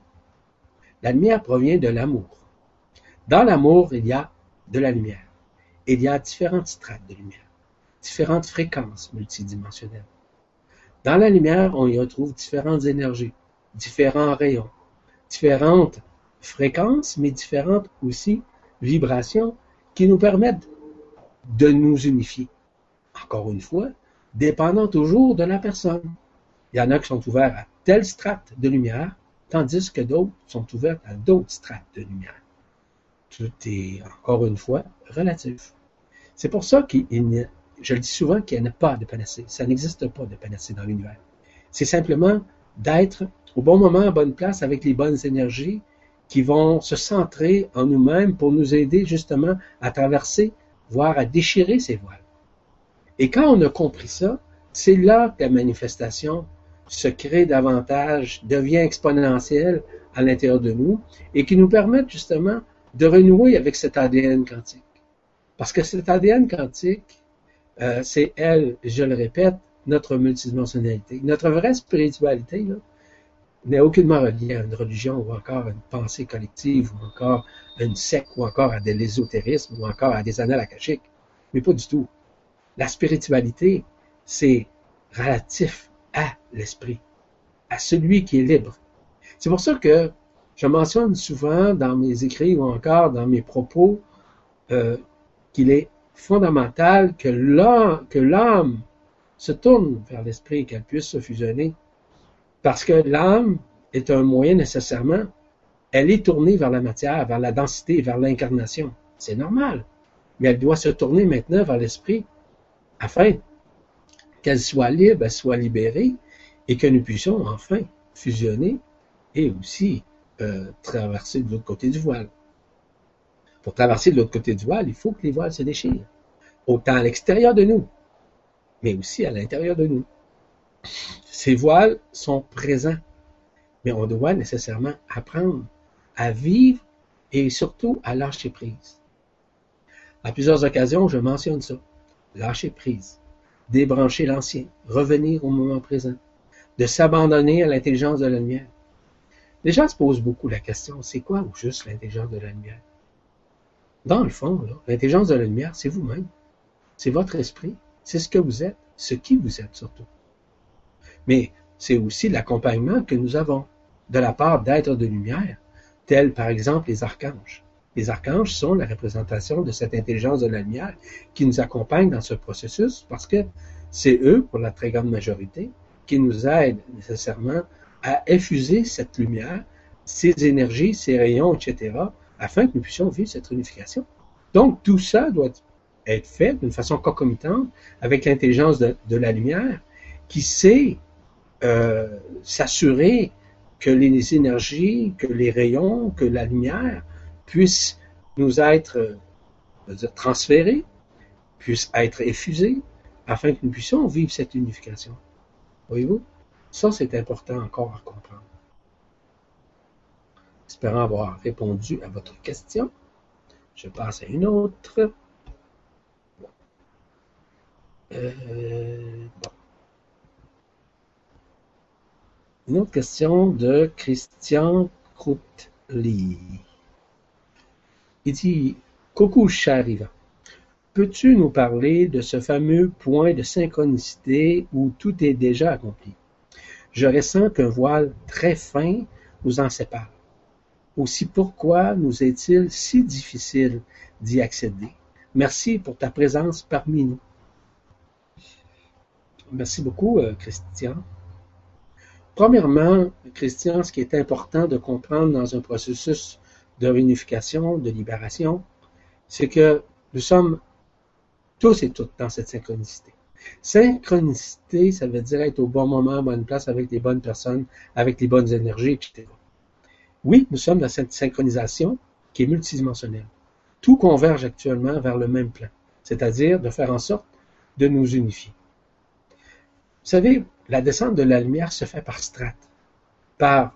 La lumière provient de l'amour. Dans l'amour, il y a de la lumière. Il y a différentes strates de lumière, différentes fréquences multidimensionnelles. Dans la lumière, on y retrouve différentes énergies, différents rayons, différentes fréquences, mais différentes aussi vibrations qui nous permettent de nous unifier. Encore une fois, dépendant toujours de la personne. Il y en a qui sont ouverts à telle strate de lumière, tandis que d'autres sont ouverts à d'autres strates de lumière. Tout est, encore une fois, relatif. C'est pour ça je le dis souvent qu'il n'y a pas de panacée. Ça n'existe pas de panacée dans l'univers. C'est simplement d'être au bon moment, à bonne place, avec les bonnes énergies qui vont se centrer en nous-mêmes pour nous aider justement à traverser, voire à déchirer ces voiles. Et quand on a compris ça, c'est là que la manifestation se crée davantage, devient exponentielle à l'intérieur de nous et qui nous permettent justement de renouer avec cet ADN quantique. Parce que cet ADN quantique, c'est elle, je le répète, notre multidimensionnalité. Notre vraie spiritualité là, n'est aucunement reliée à une religion ou encore à une pensée collective ou encore à une secte ou encore à de l'ésotérisme ou encore à des annales akashiques. Mais pas du tout. La spiritualité, c'est relatif à l'esprit, à celui qui est libre. C'est pour ça que je mentionne souvent dans mes écrits ou encore dans mes propos qu'il est fondamental que l'âme se tourne vers l'esprit et qu'elle puisse se fusionner. Parce que l'âme est un moyen nécessairement, elle est tournée vers la matière, vers la densité, vers l'incarnation. C'est normal. Mais elle doit se tourner maintenant vers l'esprit afin qu'elle soit libre, elle soit libérée et que nous puissions enfin fusionner et aussi traverser de l'autre côté du voile. Pour traverser de l'autre côté du voile, il faut que les voiles se déchirent. Autant à l'extérieur de nous, mais aussi à l'intérieur de nous. Ces voiles sont présents, mais on doit nécessairement apprendre à vivre et surtout à lâcher prise. À plusieurs occasions, je mentionne ça. lâcher prise, débrancher l'ancien, revenir au moment présent, de s'abandonner à l'intelligence de la lumière. Les gens se posent beaucoup la question, c'est quoi au juste l'intelligence de la lumière? Dans le fond, l'intelligence de la lumière, c'est vous-même. C'est votre esprit. C'est ce que vous êtes, ce qui vous êtes surtout. Mais c'est aussi l'accompagnement que nous avons de la part d'êtres de lumière, tels par exemple les archanges. Les archanges sont la représentation de cette intelligence de la lumière qui nous accompagne dans ce processus parce que c'est eux, pour la très grande majorité, qui nous aident nécessairement à effuser cette lumière, ces énergies, ces rayons, etc., afin que nous puissions vivre cette unification. Donc, tout ça doit être fait d'une façon concomitante avec l'intelligence de la lumière qui sait s'assurer que les énergies, que les rayons, que la lumière puissent nous être transférés, puissent être effusés, afin que nous puissions vivre cette unification. Voyez-vous? Ça, c'est important encore à comprendre. Espérant avoir répondu à votre question. Je passe à une autre. Bon. Une autre question de Christian Croutli. Il dit, coucou cher Yvan, peux-tu nous parler de ce fameux point de synchronicité où tout est déjà accompli? Je ressens qu'un voile très fin nous en sépare. Aussi pourquoi nous est-il si difficile d'y accéder? Merci pour ta présence parmi nous. Merci beaucoup, Christian. Premièrement, Christian, ce qui est important de comprendre dans un processus de réunification, de libération, c'est que nous sommes tous et toutes dans cette synchronicité. Synchronicité, ça veut dire être au bon moment, à bonne place, avec les bonnes personnes, avec les bonnes énergies, etc. Oui, nous sommes dans cette synchronisation qui est multidimensionnelle. Tout converge actuellement vers le même plan, c'est-à-dire de faire en sorte de nous unifier. Vous savez, la descente de la lumière se fait par strates, par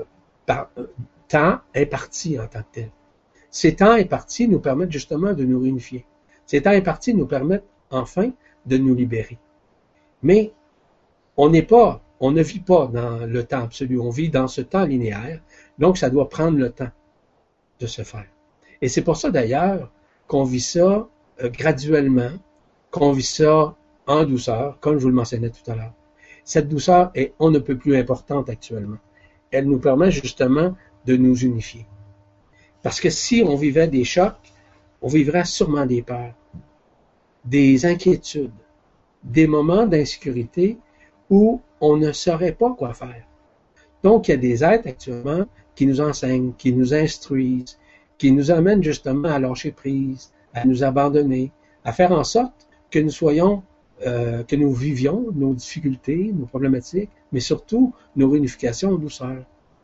temps imparti en tant que tel. Ces temps impartis nous permettent justement de nous réunifier. Ces temps impartis nous permettent enfin de nous libérer. Mais on ne vit pas dans le temps absolu, on vit dans ce temps linéaire, donc ça doit prendre le temps de se faire. Et c'est pour ça d'ailleurs qu'on vit ça graduellement, qu'on vit ça en douceur, comme je vous le mentionnais tout à l'heure. Cette douceur est on ne peut plus importante actuellement. Elle nous permet justement de nous unifier. Parce que si on vivait des chocs, on vivrait sûrement des peurs, des inquiétudes, des moments d'insécurité où on ne saurait pas quoi faire. Donc, il y a des êtres actuellement qui nous enseignent, qui nous instruisent, qui nous amènent justement à lâcher prise, à nous abandonner, à faire en sorte que nous soyons, que nous vivions nos difficultés, nos problématiques, mais surtout nos réunifications en douceur.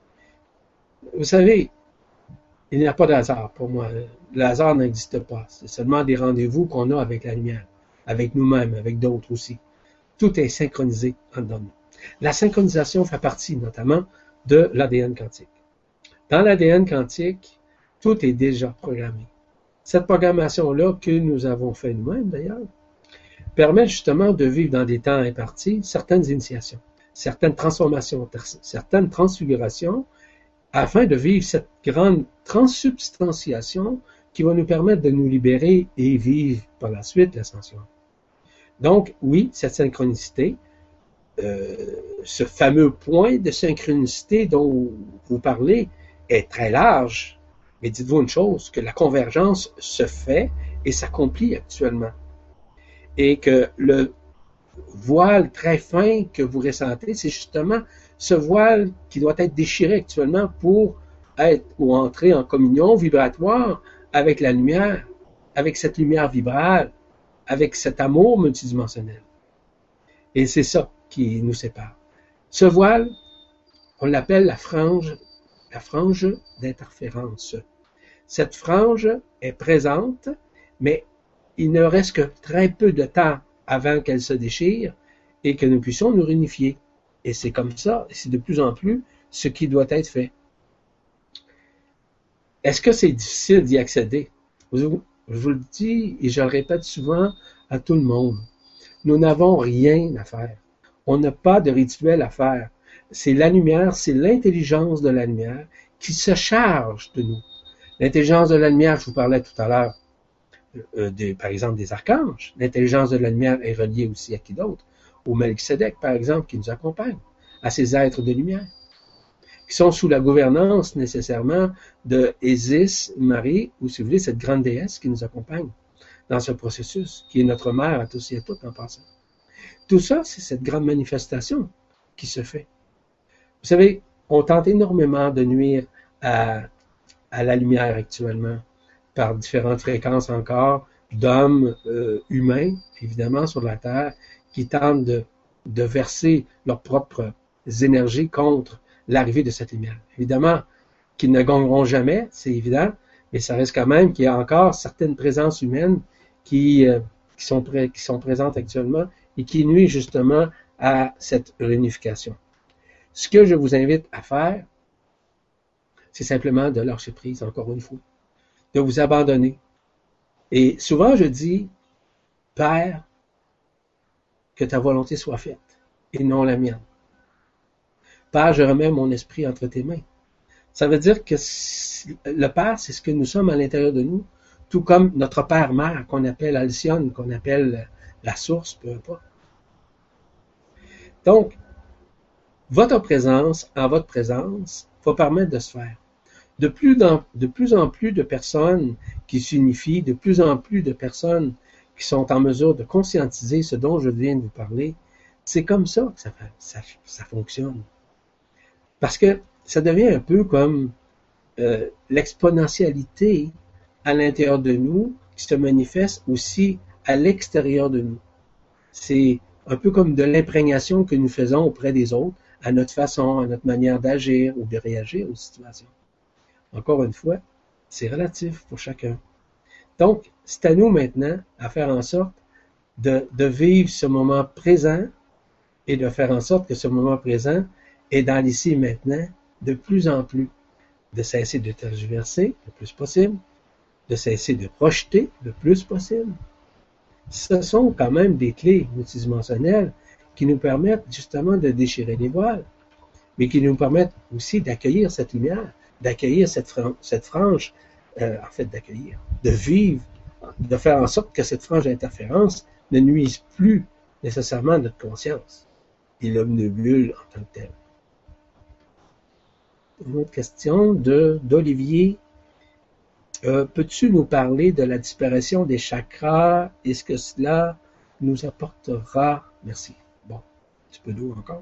Vous savez, il n'y a pas de hasard pour moi. Le hasard n'existe pas. C'est seulement des rendez-vous qu'on a avec la lumière, avec nous-mêmes, avec d'autres aussi. Tout est synchronisé en dedans de nous. La synchronisation fait partie notamment de l'ADN quantique. Dans l'ADN quantique, tout est déjà programmé. Cette programmation-là, que nous avons fait nous-mêmes d'ailleurs, permet justement de vivre dans des temps impartis certaines initiations, certaines transformations, certaines transfigurations, afin de vivre cette grande transsubstantiation qui va nous permettre de nous libérer et vivre par la suite l'ascension. Donc, oui, cette synchronicité, ce fameux point de synchronicité dont vous parlez est très large, mais dites-vous une chose, que la convergence se fait et s'accomplit actuellement. Et que le voile très fin que vous ressentez, c'est justement ce voile qui doit être déchiré actuellement pour être ou entrer en communion vibratoire avec la lumière, avec cette lumière vibrale, avec cet amour multidimensionnel. Et c'est ça qui nous sépare. Ce voile, on l'appelle la frange d'interférence. Cette frange est présente, mais il ne reste que très peu de temps avant qu'elle se déchire et que nous puissions nous réunifier. Et c'est comme ça, et c'est de plus en plus ce qui doit être fait. Est-ce que c'est difficile d'y accéder? Je vous le dis et je le répète souvent à tout le monde. Nous n'avons rien à faire. On n'a pas de rituel à faire. C'est la lumière, c'est l'intelligence de la lumière qui se charge de nous. L'intelligence de la lumière, je vous parlais tout à l'heure, par exemple, des archanges. L'intelligence de la lumière est reliée aussi à qui d'autre? Au Melchizedek, par exemple, qui nous accompagne, à ces êtres de lumière, qui sont sous la gouvernance nécessairement de Isis, Marie, ou si vous voulez, cette grande déesse qui nous accompagne dans ce processus, qui est notre mère à tous et à toutes en passant. Tout ça, c'est cette grande manifestation qui se fait. Vous savez, on tente énormément de nuire à la lumière actuellement, par différentes fréquences encore, d'hommes humains, évidemment, sur la Terre, qui tentent de verser leurs propres énergies contre l'arrivée de cette lumière. Évidemment, qu'ils ne gagneront jamais, c'est évident, mais ça reste quand même qu'il y a encore certaines présences humaines qui sont présentes actuellement et qui nuisent justement à cette réunification. Ce que je vous invite à faire, c'est simplement de lâcher prise, encore une fois, de vous abandonner. Et souvent, je dis, Père, que ta volonté soit faite, et non la mienne. Père, je remets mon esprit entre tes mains. Ça veut dire que le Père, c'est ce que nous sommes à l'intérieur de nous, tout comme notre Père-Mère, qu'on appelle Alcyone, qu'on appelle la source, peu importe. Donc, votre présence, en votre présence, va permettre de se faire. De plus en plus de personnes qui s'unifient, de plus en plus de personnes qui sont en mesure de conscientiser ce dont je viens de vous parler, c'est comme ça que ça fonctionne. Parce que ça devient un peu comme l'exponentialité à l'intérieur de nous qui se manifeste aussi à l'extérieur de nous. C'est un peu comme de l'imprégnation que nous faisons auprès des autres, à notre façon, à notre manière d'agir ou de réagir aux situations. Encore une fois, c'est relatif pour chacun. Donc, c'est à nous maintenant à faire en sorte de vivre ce moment présent et de faire en sorte que ce moment présent est dans l'ici et maintenant de plus en plus, de cesser de tergiverser le plus possible, de cesser de projeter le plus possible. Ce sont quand même des clés multidimensionnelles qui nous permettent justement de déchirer les voiles, mais qui nous permettent aussi d'accueillir cette lumière, d'accueillir cette frange, en fait d'accueillir, de vivre, de faire en sorte que cette frange d'interférence ne nuise plus nécessairement à notre conscience et l'obnubule en tant que tel. Une autre question d'Olivier. Peux-tu nous parler de la disparition des chakras? Est-ce que cela nous apportera... Merci. Bon, un petit peu d'eau encore.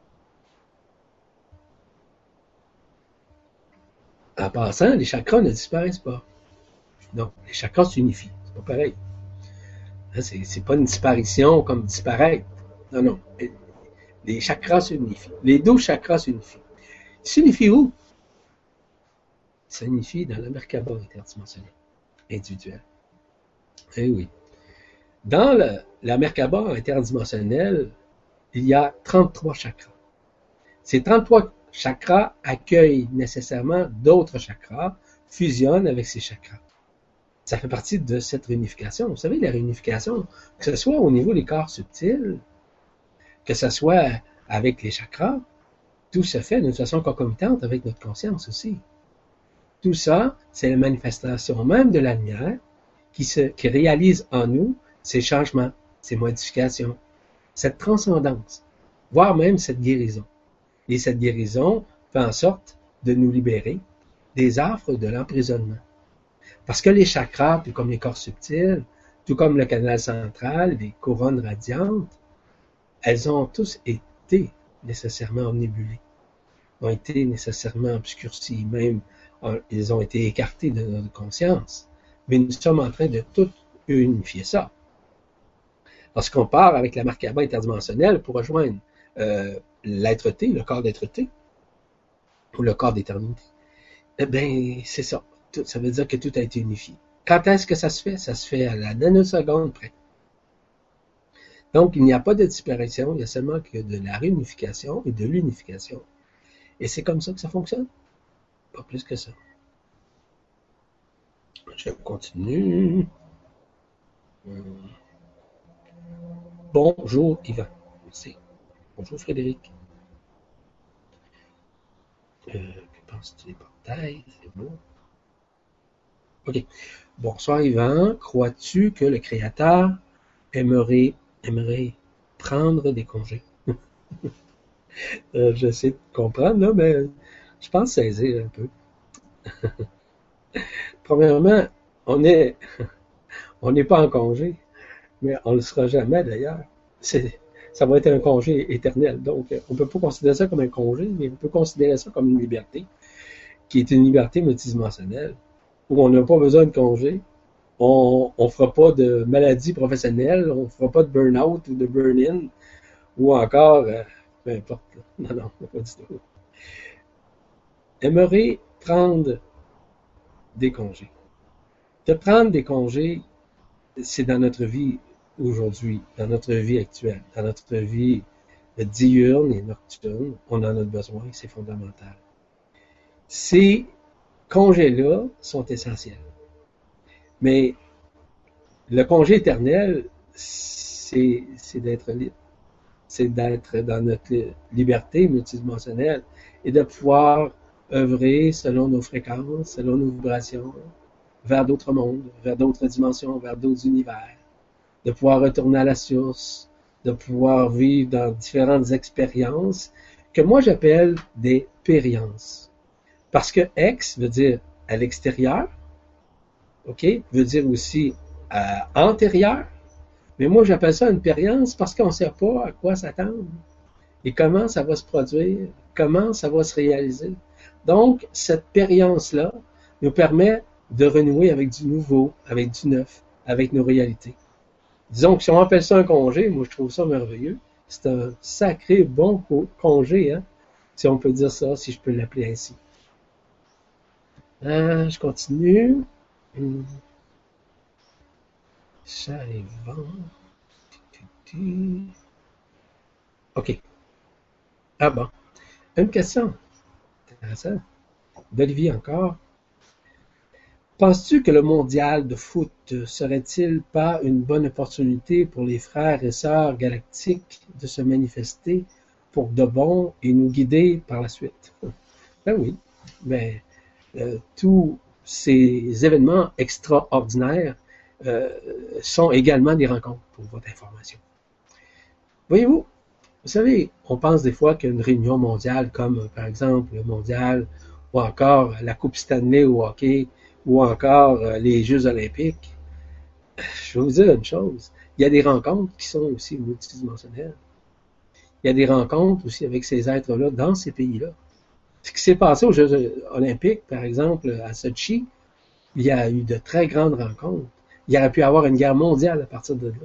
En passant, les chakras ne disparaissent pas. Non, les chakras s'unifient. C'est pas pareil. C'est pas une disparition comme disparaître. Non, non. Les chakras s'unifient. Les 12 chakras s'unifient. Ils s'unifient où? Ils s'unifient dans la Merkaba interdimensionnelle, individuelle. Eh oui. Dans la Merkaba interdimensionnelle, il y a 33 chakras. Ces 33 chakras accueillent nécessairement d'autres chakras, fusionnent avec ces chakras. Ça fait partie de cette réunification. Vous savez, la réunification, que ce soit au niveau des corps subtils, que ce soit avec les chakras, tout se fait d'une façon concomitante avec notre conscience aussi. Tout ça, c'est la manifestation même de la lumière qui réalise en nous ces changements, ces modifications, cette transcendance, voire même cette guérison. Et cette guérison fait en sorte de nous libérer des affres de l'emprisonnement. Parce que les chakras, tout comme les corps subtils, tout comme le canal central, les couronnes radiantes, elles ont tous été nécessairement omnibulées, ont été nécessairement obscurcies, même ils ont été écartés de notre conscience. Mais nous sommes en train de tout unifier ça. Lorsqu'on part avec la Merkaba interdimensionnelle pour rejoindre l'être-té, le corps d'être-té, ou le corps d'éternité, eh bien, c'est ça. Ça veut dire que tout a été unifié. Quand est-ce que ça se fait? Ça se fait à la nanoseconde près. Donc, il n'y a pas de disparition, il y a seulement que de la réunification et de l'unification. Et c'est comme ça que ça fonctionne. Pas plus que ça. Je continue. Bonjour Yvan. Merci. Bonjour Frédéric. Que penses-tu des portails? C'est beau. OK. Bonsoir Yvan. Crois-tu que le Créateur aimerait prendre des congés? J'essaie de comprendre, là, mais je pense saisir un peu. Premièrement, on n'est pas en congé, mais on ne le sera jamais d'ailleurs. Ça va être un congé éternel. Donc, on ne peut pas considérer ça comme un congé, mais on peut considérer ça comme une liberté, qui est une liberté multidimensionnelle, où on n'a pas besoin de congé, on ne fera pas de maladie professionnelle, on ne fera pas de burn-out ou de burn-in, ou encore, peu importe. Là. Non, pas du tout. Aimerait prendre des congés. De prendre des congés, c'est dans notre vie aujourd'hui, dans notre vie actuelle, dans notre vie diurne et nocturne, on en a besoin, c'est fondamental. Ces congés-là sont essentiels. Mais le congé éternel, c'est d'être libre. C'est d'être dans notre liberté multidimensionnelle et de pouvoir œuvrer selon nos fréquences, selon nos vibrations, vers d'autres mondes, vers d'autres dimensions, vers d'autres univers, de pouvoir retourner à la source, de pouvoir vivre dans différentes expériences que moi j'appelle des périences. Parce que ex veut dire à l'extérieur, ok, veut dire aussi antérieur, mais moi j'appelle ça une périence parce qu'on ne sait pas à quoi s'attendre et comment ça va se produire, comment ça va se réaliser. Donc, cette périence-là nous permet de renouer avec du nouveau, avec du neuf, avec nos réalités. Disons que si on appelle ça un congé, moi je trouve ça merveilleux. C'est un sacré bon congé, hein, si on peut dire ça, si je peux l'appeler ainsi. Je continue. Chat et vent. OK. Ah bon. Une question. Intéressant. D'Olivier encore. Penses-tu que le mondial de foot serait-il pas une bonne opportunité pour les frères et sœurs galactiques de se manifester pour de bon et nous guider par la suite? Ben oui. Ben, tous ces événements extraordinaires sont également des rencontres, pour votre information. Voyez-vous, vous savez, on pense des fois qu'une réunion mondiale, comme par exemple le mondial, ou encore la Coupe Stanley au hockey, ou encore les Jeux olympiques, je vais vous dire une chose, il y a des rencontres qui sont aussi multidimensionnelles. Il y a des rencontres aussi avec ces êtres-là dans ces pays-là. Ce qui s'est passé aux Jeux olympiques, par exemple, à Sochi, il y a eu de très grandes rencontres. Il y aurait pu y avoir une guerre mondiale à partir de là.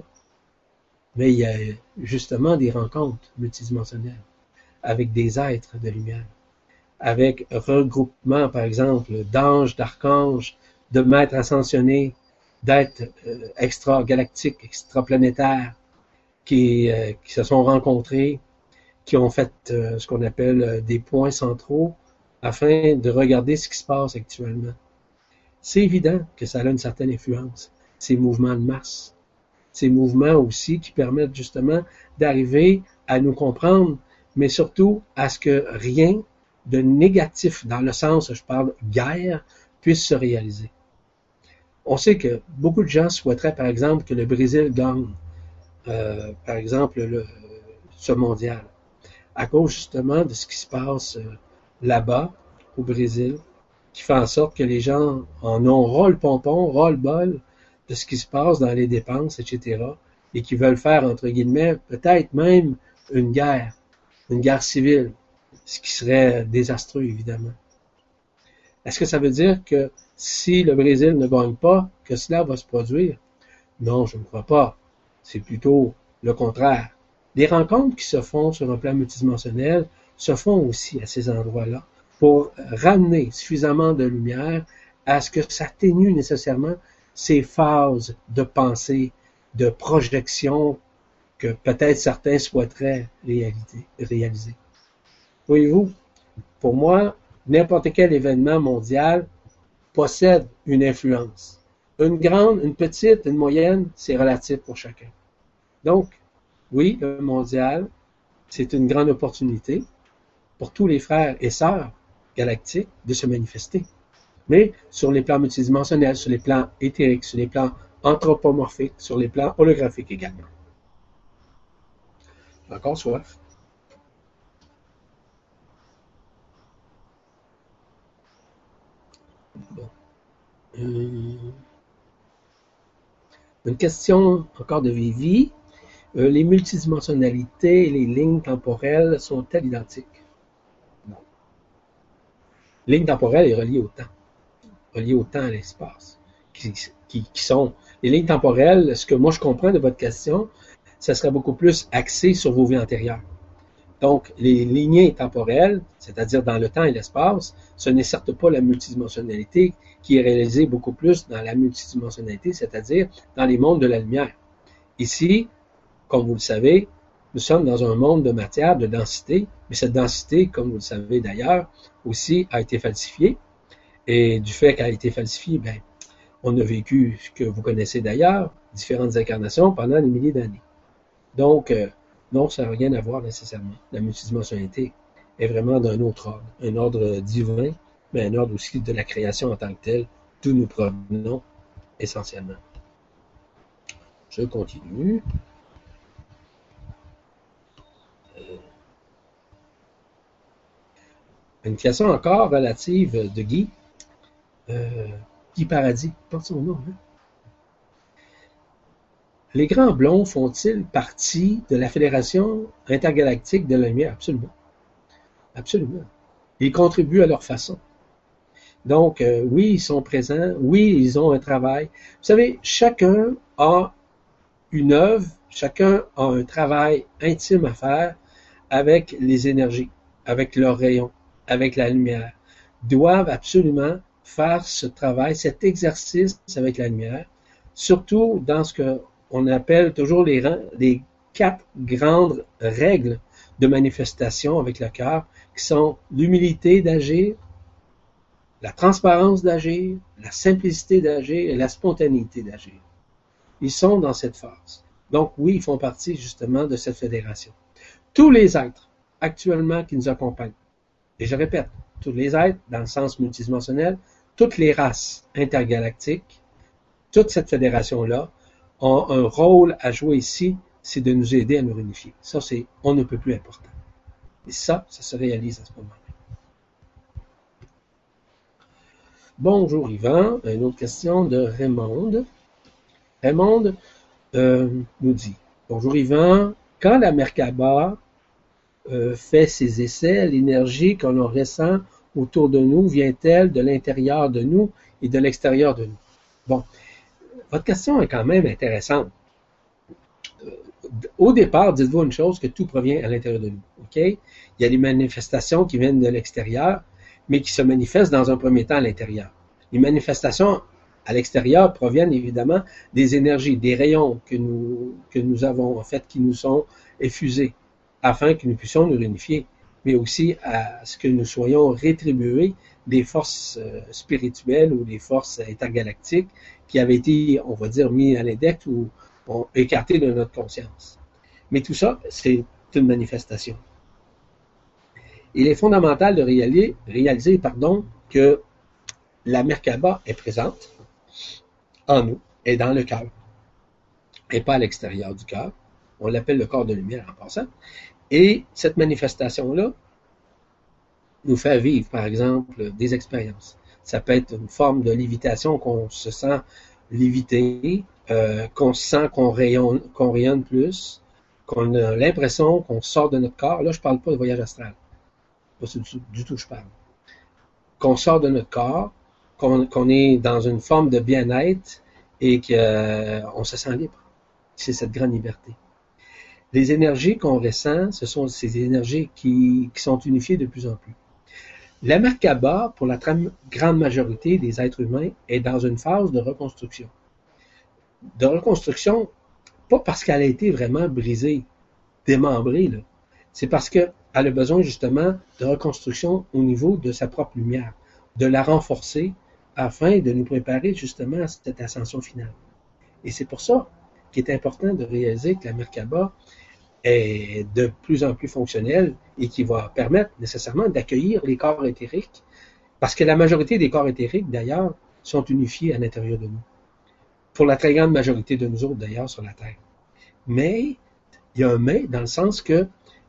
Mais il y a justement des rencontres multidimensionnelles avec des êtres de lumière, avec regroupement, par exemple, d'anges, d'archanges, de maîtres ascensionnés, d'êtres extragalactiques, extraplanétaires, qui se sont rencontrés, qui ont fait ce qu'on appelle des points centraux afin de regarder ce qui se passe actuellement. C'est évident que ça a une certaine influence, ces mouvements de masse, ces mouvements aussi qui permettent justement d'arriver à nous comprendre, mais surtout à ce que rien de négatif, dans le sens, je parle guerre, puisse se réaliser. On sait que beaucoup de gens souhaiteraient, par exemple, que le Brésil gagne, par exemple, ce mondial, à cause justement de ce qui se passe là-bas, au Brésil, qui fait en sorte que les gens en ont ras-le-pompon, ras-le-bol de ce qui se passe dans les dépenses, etc., et qui veulent faire, entre guillemets, peut-être même une guerre civile, ce qui serait désastreux, évidemment. Est-ce que ça veut dire que si le Brésil ne gagne pas, que cela va se produire? Non, je ne crois pas. C'est plutôt le contraire. Les rencontres qui se font sur un plan multidimensionnel se font aussi à ces endroits-là pour ramener suffisamment de lumière à ce que ça atténue nécessairement ces phases de pensée, de projection que peut-être certains souhaiteraient réaliser. Voyez-vous, pour moi, n'importe quel événement mondial possède une influence. Une grande, une petite, une moyenne, c'est relatif pour chacun. Donc, oui, le mondial, c'est une grande opportunité pour tous les frères et sœurs galactiques de se manifester. Mais sur les plans multidimensionnels, sur les plans éthériques, sur les plans anthropomorphiques, sur les plans holographiques également. Encore soif. Bon. Une question encore de Vivi. Les multidimensionnalités et les lignes temporelles sont-elles identiques? Non. Ligne temporelle est reliée au temps. Reliée au temps et à l'espace. Qui sont les lignes temporelles, ce que moi je comprends de votre question, ça serait beaucoup plus axé sur vos vies antérieures. Donc, les lignées temporelles, c'est-à-dire dans le temps et l'espace, ce n'est certes pas la multidimensionnalité qui est réalisée beaucoup plus dans la multidimensionnalité, c'est-à-dire dans les mondes de la lumière. Ici, comme vous le savez, nous sommes dans un monde de matière, de densité, mais cette densité, comme vous le savez d'ailleurs, aussi a été falsifiée. Et du fait qu'elle a été falsifiée, ben, on a vécu ce que vous connaissez d'ailleurs, différentes incarnations pendant des milliers d'années. Donc, non, ça n'a rien à voir nécessairement. La multidimensionnalité est vraiment d'un autre ordre, un ordre divin, mais un ordre aussi de la création en tant que telle, d'où nous provenons essentiellement. Je continue. Une question encore relative de Guy. Guy Paradis, porte son nom. Hein? Les Grands Blonds font-ils partie de la Fédération intergalactique de la lumière? Absolument. Absolument. Ils contribuent à leur façon. Donc, oui, ils sont présents. Oui, ils ont un travail. Vous savez, chacun a une œuvre, chacun a un travail intime à faire avec les énergies, avec leurs rayons, avec la lumière. Ils doivent absolument faire ce travail, cet exercice avec la lumière, surtout dans ce qu'on appelle toujours les 4 grandes règles de manifestation avec le cœur, qui sont l'humilité d'agir, la transparence d'agir, la simplicité d'agir et la spontanéité d'agir. Ils sont dans cette phase. Donc oui, ils font partie justement de cette fédération. Tous les êtres actuellement qui nous accompagnent, et je répète, tous les êtres dans le sens multidimensionnel, toutes les races intergalactiques, toute cette fédération-là ont un rôle à jouer ici, c'est de nous aider à nous réunifier. Ça, c'est on ne peut plus important. Et ça se réalise à ce moment-là. Bonjour Yvan, une autre question de Raymond. Raymond nous dit, bonjour Yvan, quand la Merkaba fait ses essais, l'énergie que l'on ressent autour de nous vient-elle de l'intérieur de nous et de l'extérieur de nous? Bon, votre question est quand même intéressante. Au départ, dites-vous une chose, que tout provient à l'intérieur de nous. OK? Il y a des manifestations qui viennent de l'extérieur, mais qui se manifestent dans un premier temps à l'intérieur. Les manifestations à l'extérieur proviennent évidemment des énergies, des rayons que nous avons, en fait, qui nous sont effusés, afin que nous puissions nous réunifier, mais aussi à ce que nous soyons rétribués des forces spirituelles ou des forces intergalactiques qui avaient été, on va dire, mis à l'index ou écartées de notre conscience. Mais tout ça, c'est une manifestation. Il est fondamental de réaliser que la Merkaba est présente en nous et dans le cœur, et pas à l'extérieur du cœur. On l'appelle le corps de lumière en passant. Et cette manifestation-là nous fait vivre, par exemple, des expériences. Ça peut être une forme de lévitation, qu'on se sent lévité, qu'on sent qu'on rayonne plus, qu'on a l'impression qu'on sort de notre corps. Là, je ne parle pas de voyage astral. Pas du tout je parle. Qu'on sort de notre corps, qu'on est dans une forme de bien-être et qu'on se sent libre. C'est cette grande liberté. Les énergies qu'on ressent, ce sont ces énergies qui sont unifiées de plus en plus. La Merkaba, pour la grande majorité des êtres humains, est dans une phase de reconstruction. De reconstruction, pas parce qu'elle a été vraiment brisée, démembrée, là. C'est parce qu'elle a besoin justement de reconstruction au niveau de sa propre lumière, de la renforcer afin de nous préparer justement à cette ascension finale. Et c'est pour ça qu'il est important de réaliser que la Merkaba est de plus en plus fonctionnelle et qui va permettre nécessairement d'accueillir les corps éthériques, parce que la majorité des corps éthériques, d'ailleurs, sont unifiés à l'intérieur de nous. Pour la très grande majorité de nous autres, d'ailleurs, sur la Terre. Mais, il y a un mais, dans le sens que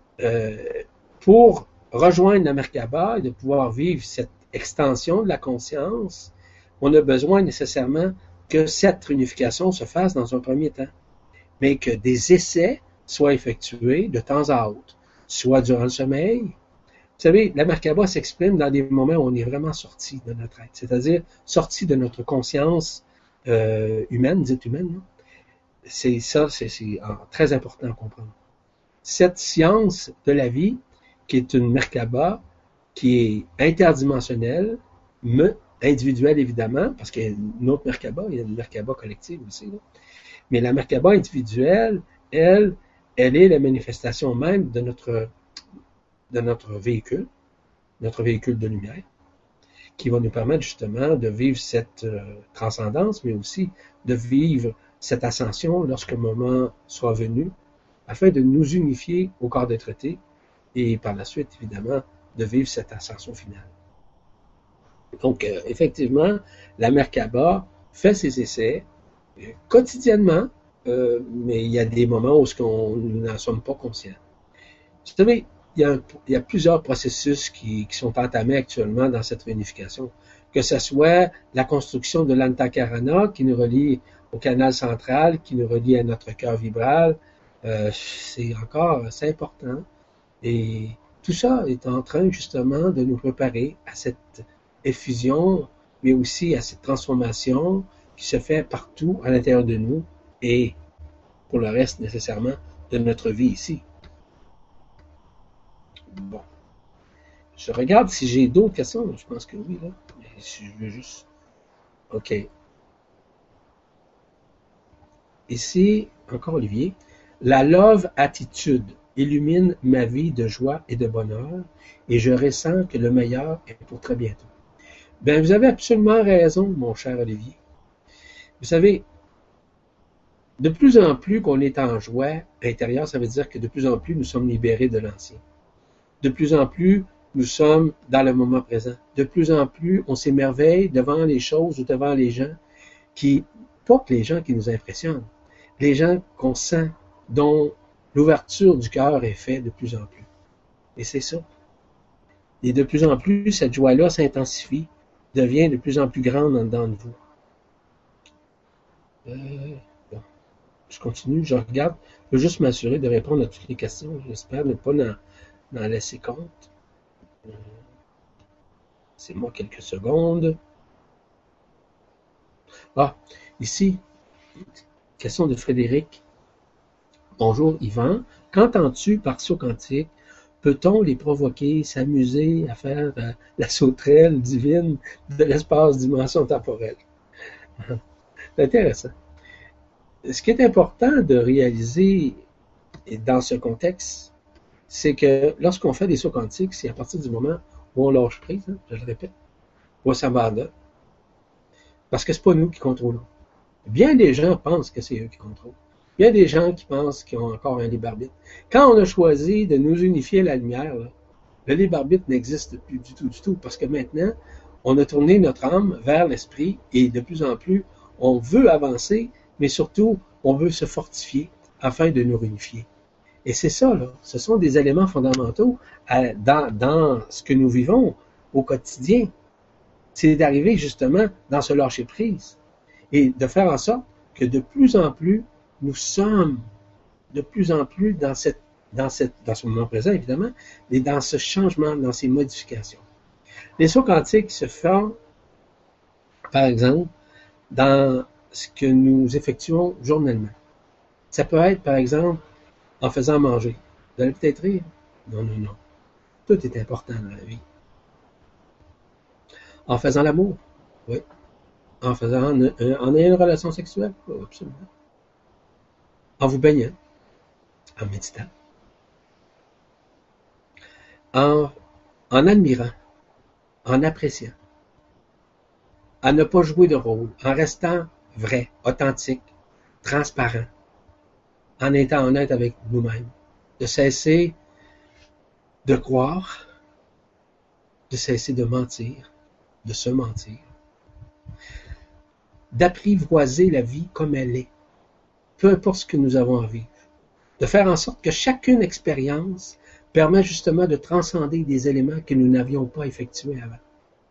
pour rejoindre la Merkaba et de pouvoir vivre cette extension de la conscience, on a besoin nécessairement que cette réunification se fasse dans un premier temps, mais que des essais soient effectués de temps à autre, soit durant le sommeil. Vous savez, la Merkaba s'exprime dans des moments où on est vraiment sorti de notre être, c'est-à-dire sorti de notre conscience humaine, dite humaine. Non? C'est très important à comprendre. Cette science de la vie, qui est une Merkaba, qui est interdimensionnelle, individuelle évidemment, parce qu'il y a une autre Merkaba, il y a une Merkaba collective aussi. Là. Mais la Merkaba individuelle, elle est la manifestation même de notre véhicule de lumière, qui va nous permettre justement de vivre cette transcendance, mais aussi de vivre cette ascension lorsque le moment sera venu, afin de nous unifier au corps d'être-té et par la suite, évidemment, de vivre cette ascension finale. Donc, effectivement, la Merkaba fait ses essais quotidiennement, mais il y a des moments où nous n'en sommes pas conscients. Vous savez, il y a plusieurs processus qui sont entamés actuellement dans cette réunification. Que ce soit la construction de l'Antakarana qui nous relie au canal central, qui nous relie à notre cœur vibral, c'est important. Et tout ça est en train justement de nous préparer à cette effusion, mais aussi à cette transformation qui se fait partout à l'intérieur de nous et pour le reste nécessairement de notre vie ici. Bon. Je regarde si j'ai d'autres questions. Je pense que oui, là. Mais si je veux juste... OK. Ici, encore Olivier. La love attitude illumine ma vie de joie et de bonheur et je ressens que le meilleur est pour très bientôt. Ben, vous avez absolument raison, mon cher Olivier. Vous savez, de plus en plus qu'on est en joie intérieure, ça veut dire que de plus en plus nous sommes libérés de l'ancien. De plus en plus, nous sommes dans le moment présent. De plus en plus, on s'émerveille devant les choses ou devant les gens pas que les gens qui nous impressionnent, les gens qu'on sent, dont l'ouverture du cœur est faite de plus en plus. Et c'est ça. Et de plus en plus, cette joie-là s'intensifie, devient de plus en plus grande en dedans de vous. Bon. Je continue, je regarde. Je veux juste m'assurer de répondre à toutes les questions. J'espère ne pas n'en laisser compte. C'est moi quelques secondes. Ah, ici, question de Frédéric. Bonjour Yvan. Qu'entends-tu par saut quantique? Peut-on les provoquer, s'amuser à faire la sauterelle divine de l'espace-dimension temporelle? C'est intéressant. Ce qui est important de réaliser dans ce contexte, c'est que lorsqu'on fait des sauts quantiques, c'est à partir du moment où on lâche prise, hein, je le répète, où on s'abandonne. Parce que c'est pas nous qui contrôlons. Bien des gens pensent que c'est eux qui contrôlent. Il y a des gens qui pensent qu'ils ont encore un libre arbitre. Quand on a choisi de nous unifier à la lumière, là, le libre arbitre n'existe plus du tout, parce que maintenant, on a tourné notre âme vers l'esprit et de plus en plus, on veut avancer, mais surtout, on veut se fortifier afin de nous réunifier. Et c'est ça, là. Ce sont des éléments fondamentaux dans ce que nous vivons au quotidien. C'est d'arriver justement dans ce lâcher-prise et de faire en sorte que de plus en plus, nous sommes de plus en plus dans ce moment présent, évidemment, mais dans ce changement, dans ces modifications. Les sauts quantiques se font, par exemple, dans ce que nous effectuons journellement. Ça peut être, par exemple, en faisant manger. Vous allez peut-être rire. Non. Tout est important dans la vie. En faisant l'amour. Oui. En ayant une relation sexuelle. Oui, absolument. En vous baignant. En méditant. En admirant. En appréciant. À ne pas jouer de rôle. En restant vrai, authentique, transparent. en étant honnête avec nous-mêmes, de cesser de croire, de cesser de mentir, de se mentir, d'apprivoiser la vie comme elle est, peu importe ce que nous avons à vivre, de faire en sorte que chacune expérience permet justement de transcender des éléments que nous n'avions pas effectués avant.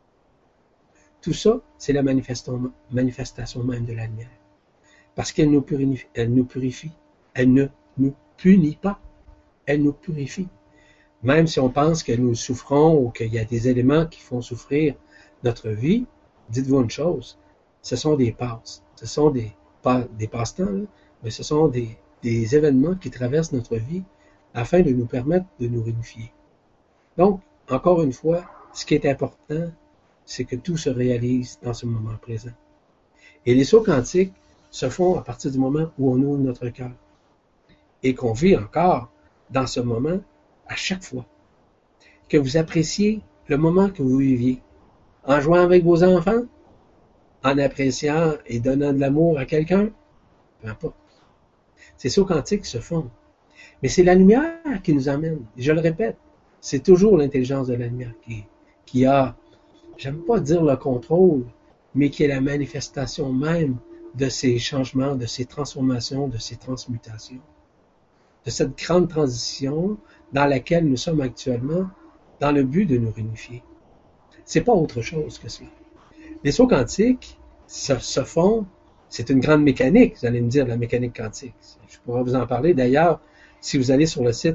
Tout ça, c'est la manifestation même de la lumière. Parce qu'elle nous purifie, elle ne nous punit pas, elle nous purifie. Même si on pense que nous souffrons ou qu'il y a des éléments qui font souffrir notre vie, dites-vous une chose, ce sont des passes, ce sont des passe-temps, là, mais ce sont des événements qui traversent notre vie afin de nous permettre de nous réunifier. Donc, encore une fois, ce qui est important, c'est que tout se réalise dans ce moment présent. Et les sauts quantiques se font à partir du moment où on ouvre notre cœur et qu'on vit encore dans ce moment à chaque fois. Que vous appréciez le moment que vous viviez en jouant avec vos enfants, en appréciant et donnant de l'amour à quelqu'un, peu importe. Ces sauts quantiques se font. Mais c'est la lumière qui nous amène. Et je le répète, c'est toujours l'intelligence de la lumière qui a, j'aime pas dire le contrôle, mais qui est la manifestation même de ces changements, de ces transformations, de ces transmutations, de cette grande transition dans laquelle nous sommes actuellement, dans le but de nous réunifier. C'est pas autre chose que cela. Les sauts quantiques se font, c'est une grande mécanique, vous allez me dire, la mécanique quantique. Je pourrais vous en parler. D'ailleurs, si vous allez sur le site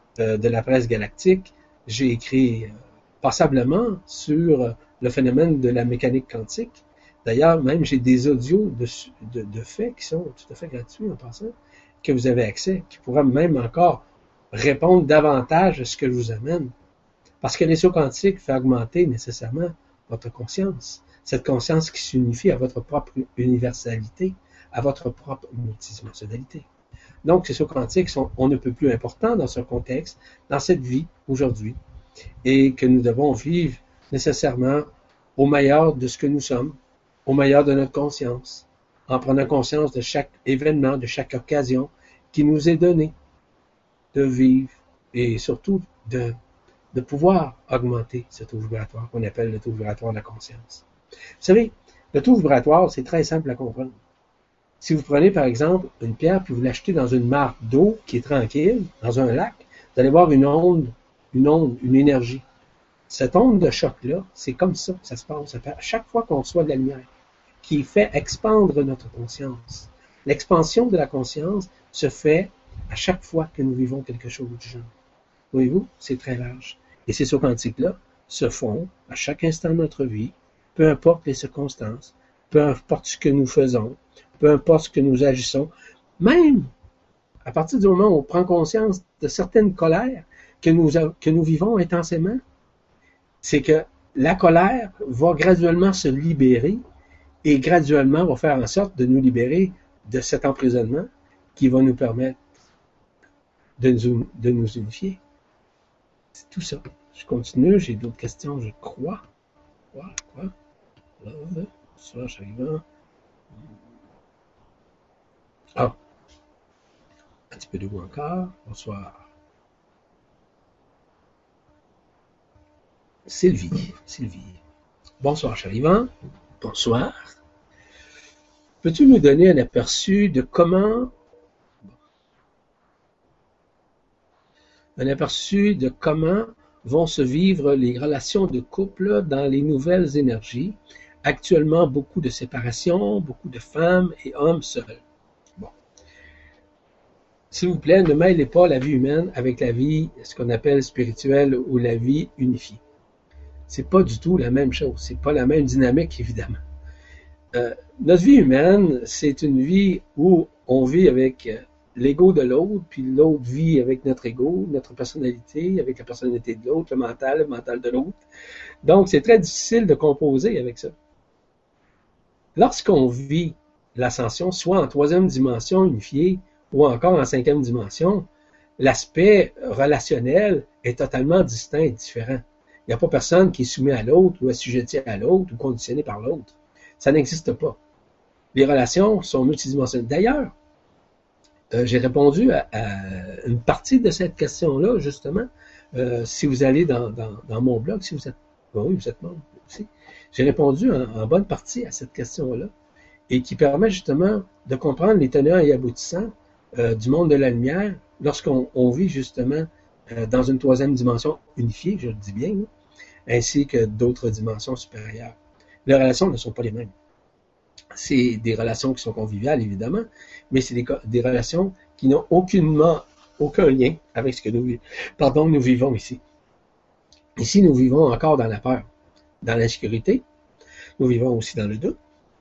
de la presse galactique, j'ai écrit passablement sur le phénomène de la mécanique quantique. D'ailleurs, même j'ai des audios de faits qui sont tout à fait gratuits en passant, que vous avez accès, qui pourraient même encore répondre davantage à ce que je vous amène. Parce que les sauts quantiques fait augmenter nécessairement votre conscience. Cette conscience qui s'unifie à votre propre universalité, à votre propre multidimensionnalité. Donc, ces sauts quantiques sont on ne peut plus importants dans ce contexte, dans cette vie aujourd'hui, et que nous devons vivre nécessairement au meilleur de ce que nous sommes, au meilleur de notre conscience, en prenant conscience de chaque événement, de chaque occasion qui nous est donnée de vivre et surtout de pouvoir augmenter ce taux vibratoire qu'on appelle le taux vibratoire de la conscience. Vous savez, le taux vibratoire, c'est très simple à comprendre. Si vous prenez par exemple une pierre puis vous l'achetez dans une mare d'eau qui est tranquille, dans un lac, vous allez voir une énergie. Cette onde de choc-là, c'est comme ça que ça se passe. Ça fait à chaque fois qu'on reçoit de la lumière, qui fait expandre notre conscience. L'expansion de la conscience se fait à chaque fois que nous vivons quelque chose du genre. Voyez-vous, c'est très large. Et ces sauts quantiques-là se font à chaque instant de notre vie, peu importe les circonstances, peu importe ce que nous faisons, peu importe ce que nous agissons, même à partir du moment où on prend conscience de certaines colères que nous vivons intensément, c'est que la colère va graduellement se libérer et graduellement va faire en sorte de nous libérer de cet emprisonnement qui va nous permettre de nous unifier. C'est tout ça. Je continue, j'ai d'autres questions, je crois. Quoi? Love, ça, j'arrive. Ah, un petit peu de goût encore. Bonsoir. Sylvie. Bonsoir, Charivan. Bonsoir. Peux-tu nous donner un aperçu de comment vont se vivre les relations de couple dans les nouvelles énergies? Actuellement, beaucoup de séparations, beaucoup de femmes et hommes seuls. Bon. S'il vous plaît, ne mêlez pas la vie humaine avec la vie, ce qu'on appelle spirituelle ou la vie unifiée. C'est pas du tout la même chose. C'est pas la même dynamique, évidemment. Notre vie humaine, c'est une vie où on vit avec l'ego de l'autre, puis l'autre vit avec notre ego, notre personnalité, avec la personnalité de l'autre, le mental de l'autre. Donc, c'est très difficile de composer avec ça. Lorsqu'on vit l'ascension, soit en 3e dimension unifiée, ou encore en 5e dimension, l'aspect relationnel est totalement distinct et différent. Il n'y a pas personne qui est soumis à l'autre, ou assujetti à l'autre, ou conditionné par l'autre. Ça n'existe pas. Les relations sont multidimensionnelles. D'ailleurs, j'ai répondu à une partie de cette question-là, justement. Si vous allez dans mon blog, si vous êtes, oui, vous êtes membre aussi, j'ai répondu en bonne partie à cette question-là et qui permet justement de comprendre les tenants et aboutissants du monde de la lumière lorsqu'on vit justement dans une troisième dimension unifiée, je le dis bien, hein, ainsi que d'autres dimensions supérieures. Les relations ne sont pas les mêmes. C'est des relations qui sont conviviales, évidemment, mais c'est des relations qui n'ont aucun lien avec ce que nous vivons ici. Ici, nous vivons encore dans la peur, dans l'insécurité. Nous vivons aussi dans le doute,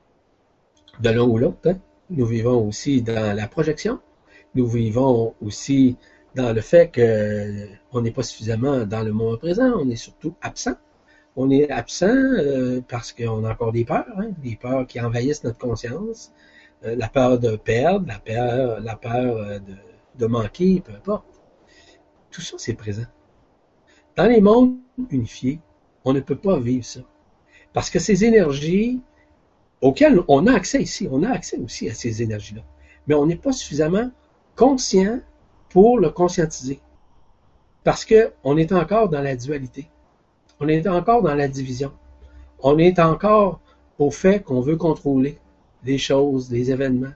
de l'un ou l'autre. Hein. Nous vivons aussi dans la projection. Nous vivons aussi dans le fait qu'on n'est pas suffisamment dans le moment présent. On est surtout absent. On est absent parce qu'on a encore des peurs, hein, des peurs qui envahissent notre conscience, la peur de perdre, la peur de manquer, peu importe. Tout ça, c'est présent. Dans les mondes unifiés, on ne peut pas vivre ça. Parce que ces énergies auxquelles on a accès ici, on a accès aussi à ces énergies-là. Mais on n'est pas suffisamment conscient pour le conscientiser. Parce qu'on est encore dans la dualité. On est encore dans la division. On est encore au fait qu'on veut contrôler les choses, les événements.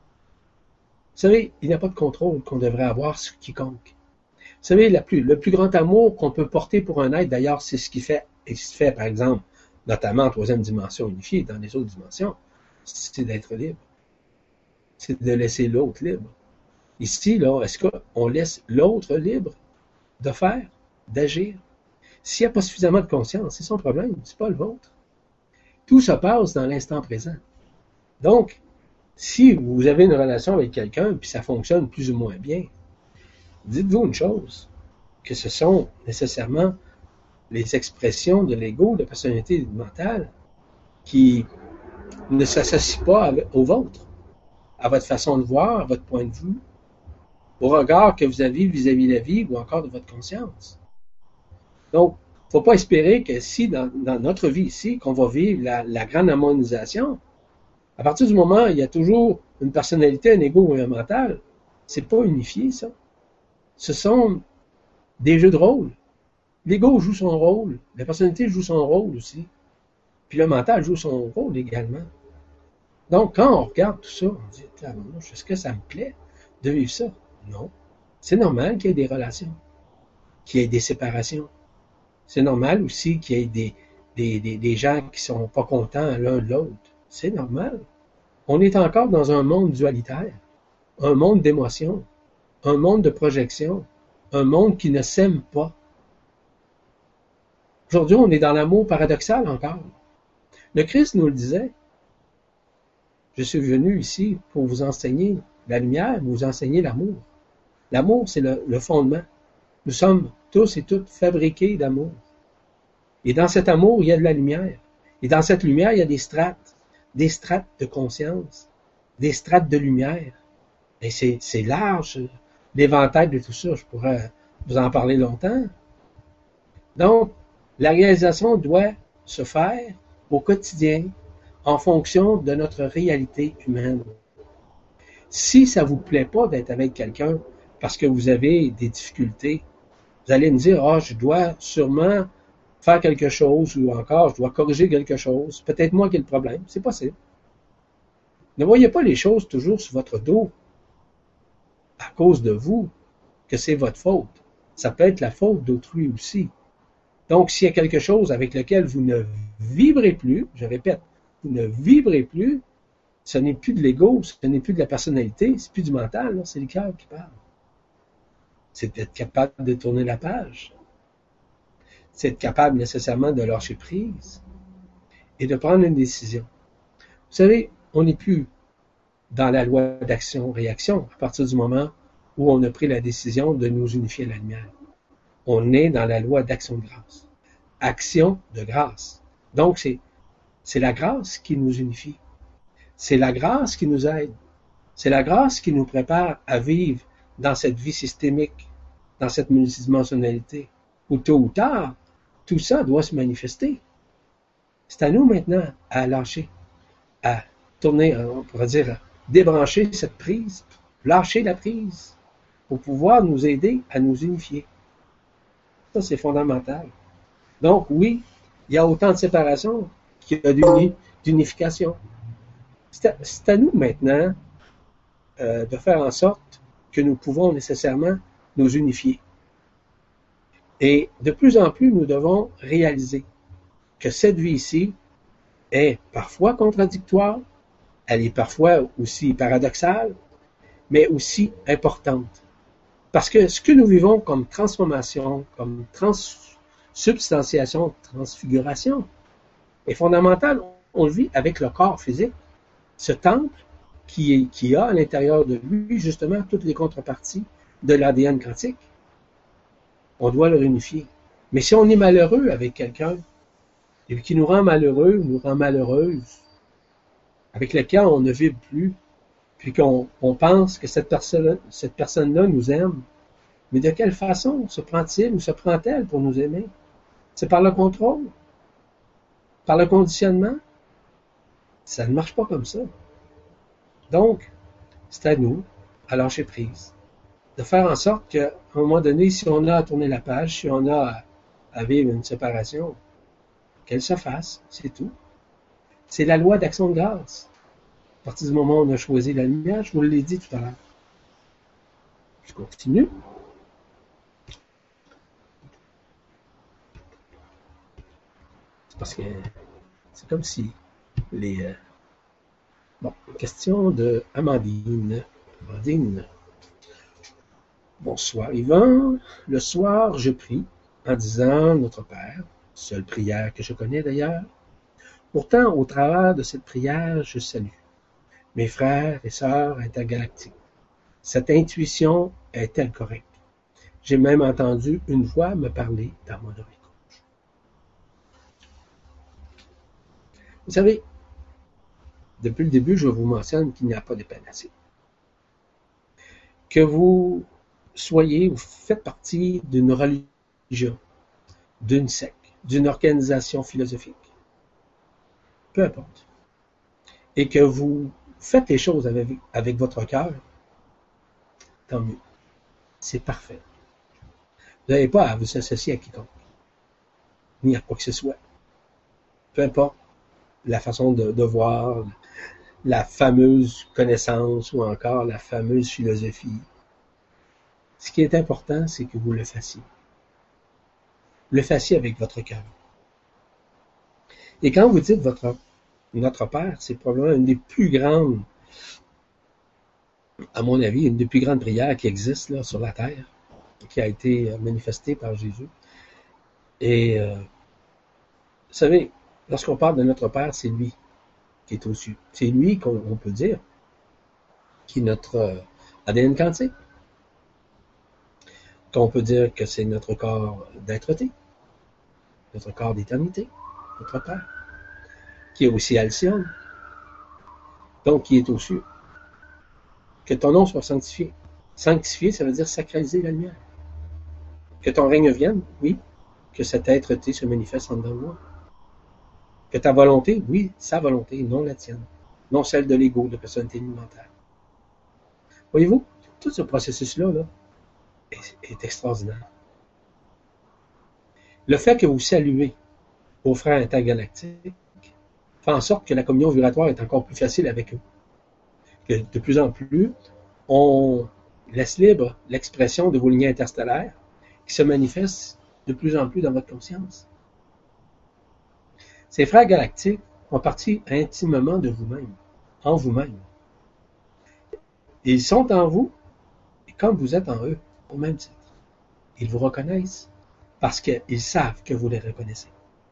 Vous savez, il n'y a pas de contrôle qu'on devrait avoir sur quiconque. Vous savez, le plus grand amour qu'on peut porter pour un être, d'ailleurs, c'est ce qui se fait, par exemple, notamment en troisième dimension unifiée, dans les autres dimensions, c'est d'être libre. C'est de laisser l'autre libre. Ici, là, est-ce qu'on laisse l'autre libre de faire, d'agir? S'il n'y a pas suffisamment de conscience, c'est son problème, c'est pas le vôtre. Tout se passe dans l'instant présent. Donc, si vous avez une relation avec quelqu'un puis ça fonctionne plus ou moins bien, dites-vous une chose, que ce sont nécessairement les expressions de l'ego, de la personnalité mentale, qui ne s'associent pas au vôtre, à votre façon de voir, à votre point de vue, au regard que vous avez vis-à-vis de la vie ou encore de votre conscience. Donc, il ne faut pas espérer que si dans notre vie ici, qu'on va vivre la grande harmonisation, à partir du moment où il y a toujours une personnalité, un ego ou un mental, c'est pas unifié, ça. Ce sont des jeux de rôle. L'ego joue son rôle, la personnalité joue son rôle aussi. Puis le mental joue son rôle également. Donc, quand on regarde tout ça, on dit, est-ce que ça me plaît de vivre ça? Non. C'est normal qu'il y ait des relations, qu'il y ait des séparations. C'est normal aussi qu'il y ait des gens qui sont pas contents l'un de l'autre. C'est normal. On est encore dans un monde dualitaire, un monde d'émotions, un monde de projection, un monde qui ne s'aime pas. Aujourd'hui, on est dans l'amour paradoxal encore. Le Christ nous le disait. Je suis venu ici pour vous enseigner la lumière, vous enseigner l'amour. L'amour, c'est le fondement. Nous sommes tous et toutes fabriqués d'amour. Et dans cet amour, il y a de la lumière. Et dans cette lumière, il y a des strates de conscience, des strates de lumière. Et c'est large, l'éventail de tout ça. Je pourrais vous en parler longtemps. Donc, la réalisation doit se faire au quotidien en fonction de notre réalité humaine. Si ça vous plaît pas d'être avec quelqu'un parce que vous avez des difficultés, vous allez me dire, je dois sûrement faire quelque chose ou encore je dois corriger quelque chose. Peut-être moi qui ai le problème. C'est possible. Ne voyez pas les choses toujours sur votre dos à cause de vous que c'est votre faute. Ça peut être la faute d'autrui aussi. Donc, s'il y a quelque chose avec lequel vous ne vibrez plus, je répète, vous ne vibrez plus, ce n'est plus de l'ego, ce n'est plus de la personnalité, c'est plus du mental, c'est le cœur qui parle. C'est d'être capable de tourner la page. C'est être capable nécessairement de lâcher prise et de prendre une décision. Vous savez, on n'est plus dans la loi d'action-réaction à partir du moment où on a pris la décision de nous unifier à la lumière. On est dans la loi d'action de grâce. Action de grâce. Donc, c'est la grâce qui nous unifie. C'est la grâce qui nous aide. C'est la grâce qui nous prépare à vivre dans cette vie systémique, dans cette multidimensionnalité, où tôt ou tard, tout ça doit se manifester. C'est à nous maintenant à lâcher, à tourner, on pourrait dire, à débrancher cette prise lâcher la prise pour pouvoir nous aider à nous unifier. Ça, c'est fondamental. Donc, oui, il y a autant de séparation qu'il y a d'unification. C'est à nous maintenant de faire en sorte que nous pouvons nécessairement nous unifier. Et de plus en plus, nous devons réaliser que cette vie-ci est parfois contradictoire, elle est parfois aussi paradoxale, mais aussi importante. Parce que ce que nous vivons comme transformation, comme transsubstantiation, transfiguration, est fondamental. On le vit avec le corps physique. Ce temple qui a à l'intérieur de lui, justement, toutes les contreparties de l'ADN quantique, on doit le réunifier. Mais si on est malheureux avec quelqu'un, et qui nous rend malheureux, nous rend malheureuse, avec lequel on ne vibre plus, puis qu'on pense que cette personne-là nous aime, mais de quelle façon se prend-il ou se prend-elle pour nous aimer? C'est par le contrôle? Par le conditionnement? Ça ne marche pas comme ça. Donc, c'est à nous, à lâcher prise, de faire en sorte qu'à un moment donné, si on a à tourner la page, si on a à vivre une séparation, qu'elle se fasse, c'est tout. C'est la loi d'action de grâce. À partir du moment où on a choisi la lumière, je vous l'ai dit tout à l'heure. Je continue. C'est parce que c'est comme si les... Bon, question de Amandine. Amandine. Bonsoir Yvan. Le soir, je prie en disant Notre Père, seule prière que je connais d'ailleurs. Pourtant, au travers de cette prière, je salue mes frères et sœurs intergalactiques. Cette intuition est-elle correcte? J'ai même entendu une voix me parler dans mon oreille gauche. Vous savez, depuis le début, je vous mentionne qu'il n'y a pas de panacée. Que vous soyez, vous faites partie d'une religion, d'une secte, d'une organisation philosophique, peu importe, et que vous faites les choses avec votre cœur, tant mieux. C'est parfait. Vous n'avez pas à vous associer à quiconque, ni à quoi que ce soit. Peu importe la façon de voir, la fameuse connaissance ou encore la fameuse philosophie. Ce qui est important, c'est que vous le fassiez. Le fassiez avec votre cœur. Et quand vous dites notre Père, c'est probablement une des plus grandes, à mon avis, une des plus grandes prières qui existent là, sur la terre, qui a été manifestée par Jésus. Et vous savez, lorsqu'on parle de notre Père, c'est lui qui est au-dessus. C'est lui qu'on peut dire qui est notre ADN quantique. Qu'on peut dire que c'est notre corps d'être-té, notre corps d'éternité, notre Père, qui est aussi Alcyone, donc qui est au-dessus. Que ton nom soit sanctifié. Sanctifié, ça veut dire sacraliser la lumière. Que ton règne vienne, oui. Que cet être-té se manifeste en dedans de moi. Que ta volonté, oui, sa volonté, non la tienne. Non celle de l'ego, de personnalité mentale. Voyez-vous, tout ce processus-là, est extraordinaire. Le fait que vous saluez vos frères intergalactiques fait en sorte que la communion vibratoire est encore plus facile avec eux. Que de plus en plus, on laisse libre l'expression de vos lignées interstellaires qui se manifestent de plus en plus dans votre conscience. Ces frères galactiques font partie intimement de vous-même, en vous-même. Ils sont en vous, et comme vous êtes en eux, au même titre. Ils vous reconnaissent parce qu'ils savent que vous les reconnaissez.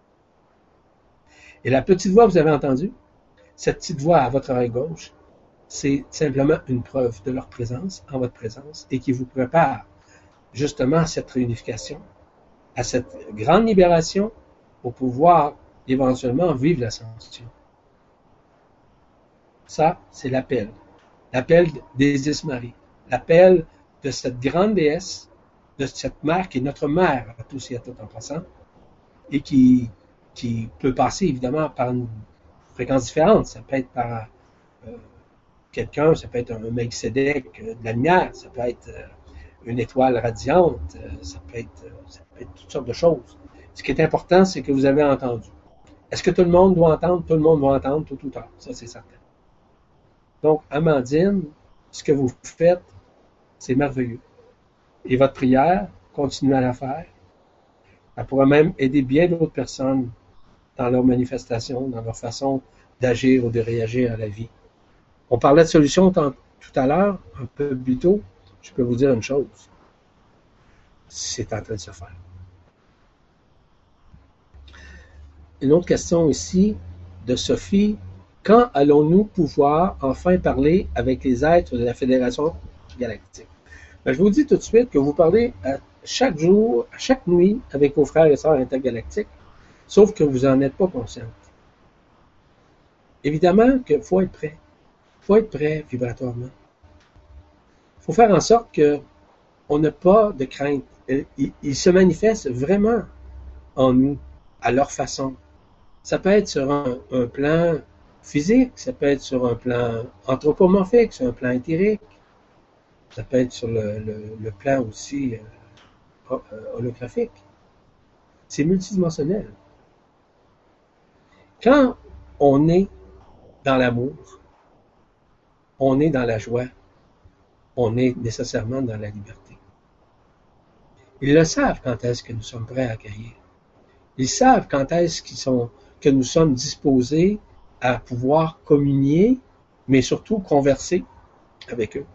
Et la petite voix que vous avez entendue, cette petite voix à votre oreille gauche, c'est simplement une preuve de leur présence, en votre présence, et qui vous prépare justement à cette réunification, à cette grande libération pour pouvoir éventuellement vivre l'ascension. Ça, c'est l'appel. L'appel d'Isis Marie. L'appel de cette grande déesse, de cette mère qui est notre mère à tous et à toutes en passant, et qui peut passer évidemment par une fréquence différente. Ça peut être par quelqu'un, ça peut être un Melchizedek de la lumière, ça peut être une étoile radiante, ça peut être toutes sortes de choses. Ce qui est important, c'est que vous avez entendu. Est-ce que tout le monde doit entendre? Tout le monde va entendre tôt ou tard, ça c'est certain. Donc, Amandine, ce que vous faites, c'est merveilleux. Et votre prière, continuez à la faire. Elle pourra même aider bien d'autres personnes dans leur manifestation, dans leur façon d'agir ou de réagir à la vie. On parlait de solutions tout à l'heure, un peu plus tôt. Je peux vous dire une chose. C'est en train de se faire. Une autre question ici de Sophie. Quand allons-nous pouvoir enfin parler avec les êtres de la Fédération galactique? Ben, je vous dis tout de suite que vous parlez à chaque jour, à chaque nuit, avec vos frères et sœurs intergalactiques, sauf que vous n'en êtes pas consciente. Évidemment qu'il faut être prêt. Il faut être prêt vibratoirement. Il faut faire en sorte qu'on n'a pas de crainte. Ils se manifestent vraiment en nous, à leur façon. Ça peut être sur un plan physique, ça peut être sur un plan anthropomorphique, sur un plan éthérique, ça peut être sur le plan aussi holographique. C'est multidimensionnel. Quand on est dans l'amour, on est dans la joie, on est nécessairement dans la liberté. Ils le savent quand est-ce que nous sommes prêts à accueillir. Ils savent quand est-ce que nous sommes disposés à pouvoir communier, mais surtout converser avec eux.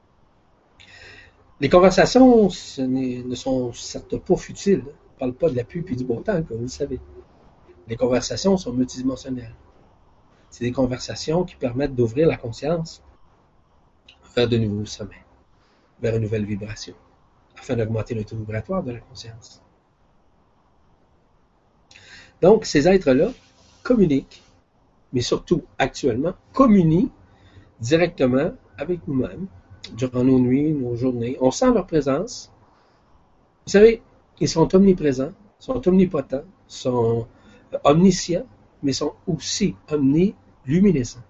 Les conversations ne sont certes pas futiles. On ne parle pas de la pluie et du beau temps, comme vous le savez. Les conversations sont multidimensionnelles. C'est des conversations qui permettent d'ouvrir la conscience vers de nouveaux sommets, vers une nouvelle vibration, afin d'augmenter le taux vibratoire de la conscience. Donc, ces êtres-là communiquent, mais surtout, actuellement, communient directement avec nous-mêmes, durant nos nuits, nos journées. On sent leur présence. Vous savez, ils sont omniprésents, sont omnipotents, sont omniscients, mais sont aussi omniluminescents.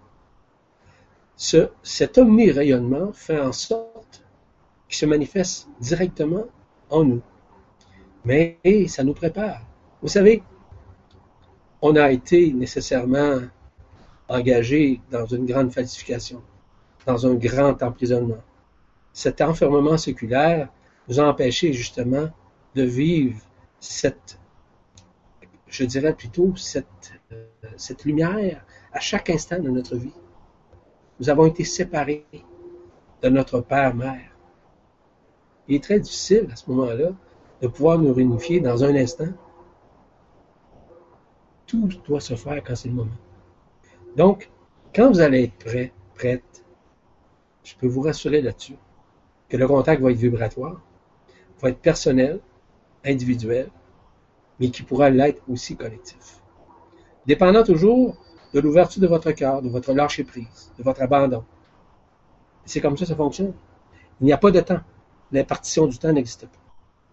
Cet omni-rayonnement fait en sorte qu'il se manifeste directement en nous. Mais ça nous prépare. Vous savez, on a été nécessairement engagé dans une grande falsification, dans un grand emprisonnement. Cet enfermement séculaire nous a empêchés justement de vivre je dirais plutôt cette lumière à chaque instant de notre vie. Nous avons été séparés de notre père-mère. Il est très difficile à ce moment-là de pouvoir nous réunifier dans un instant. Tout doit se faire quand c'est le moment. Donc, quand vous allez être prêt, prête, je peux vous rassurer là-dessus que le contact va être vibratoire, va être personnel, individuel, mais qui pourra l'être aussi collectif. Dépendant toujours de l'ouverture de votre cœur, de votre lâcher-prise, de votre abandon. C'est comme ça que ça fonctionne. Il n'y a pas de temps. L'impartition du temps n'existe pas.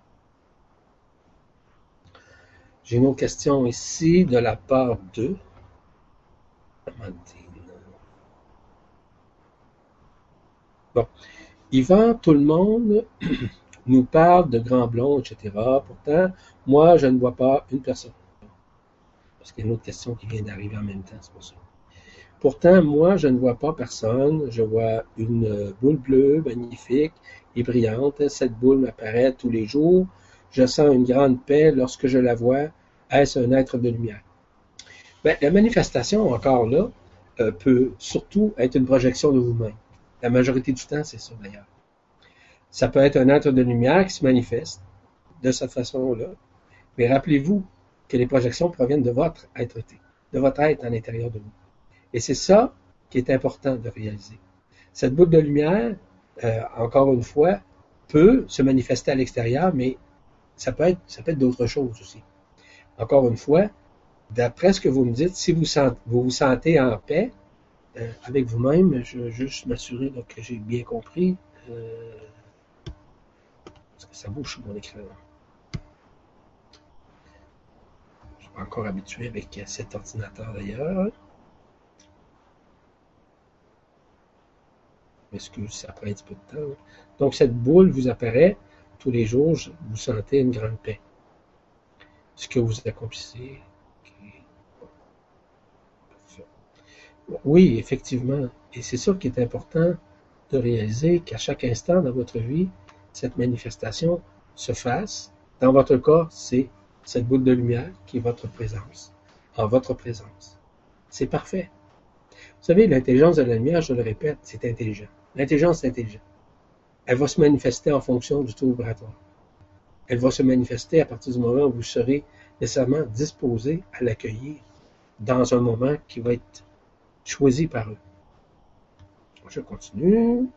J'ai une autre question ici de la part de Amandine. Bon. Yvan, tout le monde nous parle de grands blonds, etc. Pourtant, moi, je ne vois pas une personne. Parce qu'il y a une autre question qui vient d'arriver en même temps, c'est pour ça. Pourtant, moi, je ne vois pas personne. Je vois une boule bleue magnifique et brillante. Cette boule m'apparaît tous les jours. Je sens une grande paix lorsque je la vois. Est-ce un être de lumière? Bien, la manifestation, encore là, peut surtout être une projection de vous-même. La majorité du temps, c'est ça d'ailleurs. Ça peut être un être de lumière qui se manifeste de cette façon-là. Mais rappelez-vous que les projections proviennent de votre être-té, de votre être à l'intérieur de vous. Et c'est ça qui est important de réaliser. Cette boule de lumière, encore une fois, peut se manifester à l'extérieur, mais ça peut être d'autres choses aussi. Encore une fois, d'après ce que vous me dites, si vous vous sentez en paix avec vous-même, je veux juste m'assurer que j'ai bien compris. Parce que ça bouge sur mon écran. Je suis pas encore habitué avec cet ordinateur d'ailleurs. Excuse, ça prend un petit peu de temps. Là. Donc, cette boule vous apparaît tous les jours, vous sentez une grande paix. Ce que vous accomplissez. Oui, effectivement. Et c'est ça qui est important de réaliser qu'à chaque instant dans votre vie, cette manifestation se fasse. Dans votre cas, c'est cette boule de lumière qui est votre présence, en votre présence. C'est parfait. Vous savez, l'intelligence de la lumière, je le répète, c'est intelligent. L'intelligence est intelligente. Elle va se manifester en fonction du taux vibratoire. Elle va se manifester à partir du moment où vous serez nécessairement disposé à l'accueillir dans un moment qui va être choisi par eux. Je continue.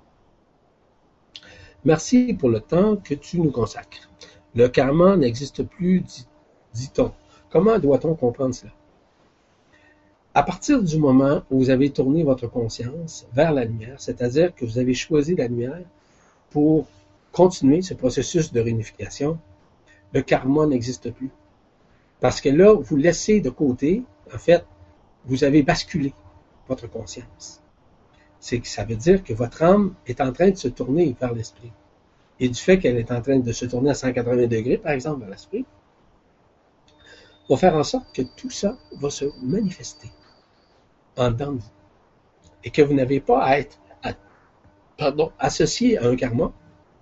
Merci pour le temps que tu nous consacres. Le karma n'existe plus, dit-on. Comment doit-on comprendre cela? À partir du moment où vous avez tourné votre conscience vers la lumière, c'est-à-dire que vous avez choisi la lumière pour continuer ce processus de réunification, le karma n'existe plus. Parce que là, vous laissez de côté, en fait, vous avez basculé votre conscience. C'est que ça veut dire que votre âme est en train de se tourner vers l'esprit. Et du fait qu'elle est en train de se tourner à 180 degrés, par exemple, vers l'esprit, va faire en sorte que tout ça va se manifester en dedans de vous. Et que vous n'avez pas à être associé à un karma.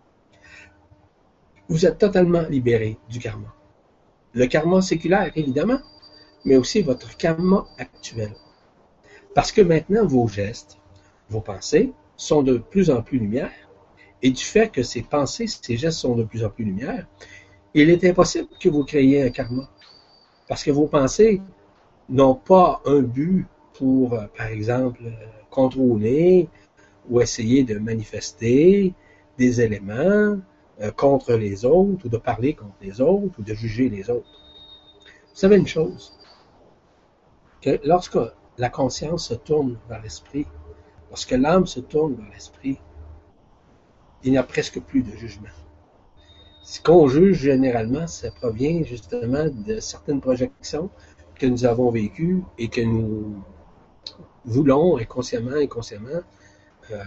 Vous êtes totalement libéré du karma. Le karma séculaire, évidemment, mais aussi votre karma actuel. Parce que maintenant, vos gestes, vos pensées sont de plus en plus lumière, et du fait que ces pensées, ces gestes sont de plus en plus lumière, il est impossible que vous créiez un karma. Parce que vos pensées n'ont pas un but pour, par exemple, contrôler ou essayer de manifester des éléments contre les autres, ou de parler contre les autres, ou de juger les autres. Vous savez une chose, que lorsque la conscience se tourne vers l'esprit, lorsque l'âme se tourne vers l'esprit, il n'y a presque plus de jugement. Ce qu'on juge généralement, ça provient justement de certaines projections que nous avons vécues et que nous voulons inconsciemment euh,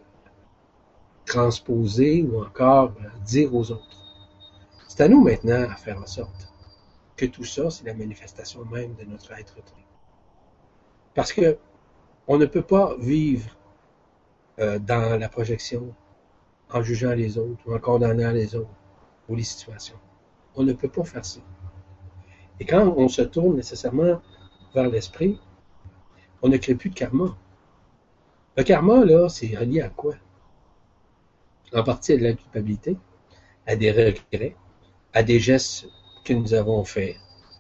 transposer ou encore dire aux autres. C'est à nous maintenant à faire en sorte que tout ça, c'est la manifestation même de notre être. Parce que on ne peut pas vivre dans la projection en jugeant les autres ou en condamnant les autres ou les situations. On ne peut pas faire ça. Et quand on se tourne nécessairement vers l'esprit, on ne crée plus de karma. Le karma, là, c'est relié à quoi? En partie à de la culpabilité, à des regrets, à des gestes que nous avons faits,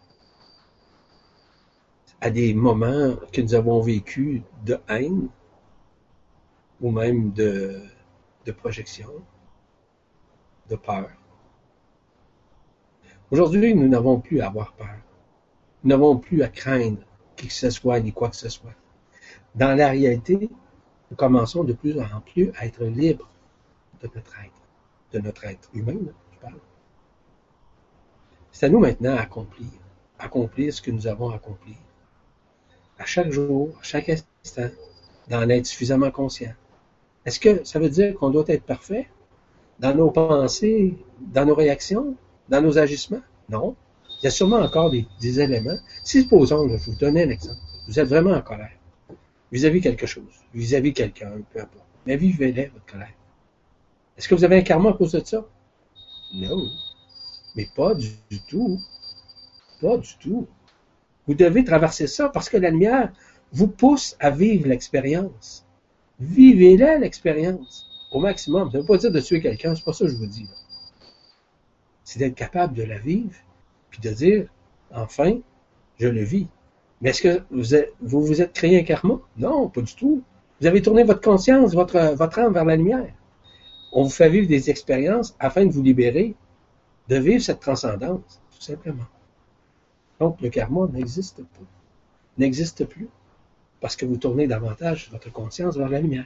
à des moments que nous avons vécus de haine ou même de projection, de peur. Aujourd'hui, nous n'avons plus à avoir peur. Nous n'avons plus à craindre qui que ce soit ni quoi que ce soit. Dans la réalité, nous commençons de plus en plus à être libres de notre être humain, là, je parle. C'est à nous maintenant à accomplir ce que nous avons accompli. À chaque jour, à chaque instant, d'en être suffisamment conscient. Est-ce que ça veut dire qu'on doit être parfait dans nos pensées, dans nos réactions, dans nos agissements? Non. Il y a sûrement encore des éléments. Si, supposons, je vais vous donner un exemple. Vous êtes vraiment en colère vis-à-vis quelque chose, vis-à-vis quelqu'un, peu importe. Mais vivez-la, votre colère. Est-ce que vous avez un karma à cause de ça? Non. Mais pas du tout. Pas du tout. Vous devez traverser ça parce que la lumière vous pousse à vivre l'expérience. Vivez-la, l'expérience, au maximum. Ça ne veut pas dire de tuer quelqu'un, c'est pas ça que je vous dis. Là. C'est d'être capable de la vivre, puis de dire, enfin, je le vis. Mais est-ce que vous êtes créé un karma? Non, pas du tout. Vous avez tourné votre conscience, votre âme vers la lumière. On vous fait vivre des expériences afin de vous libérer, de vivre cette transcendance, tout simplement. Donc, le karma n'existe pas. N'existe plus. Parce que vous tournez davantage votre conscience vers la lumière.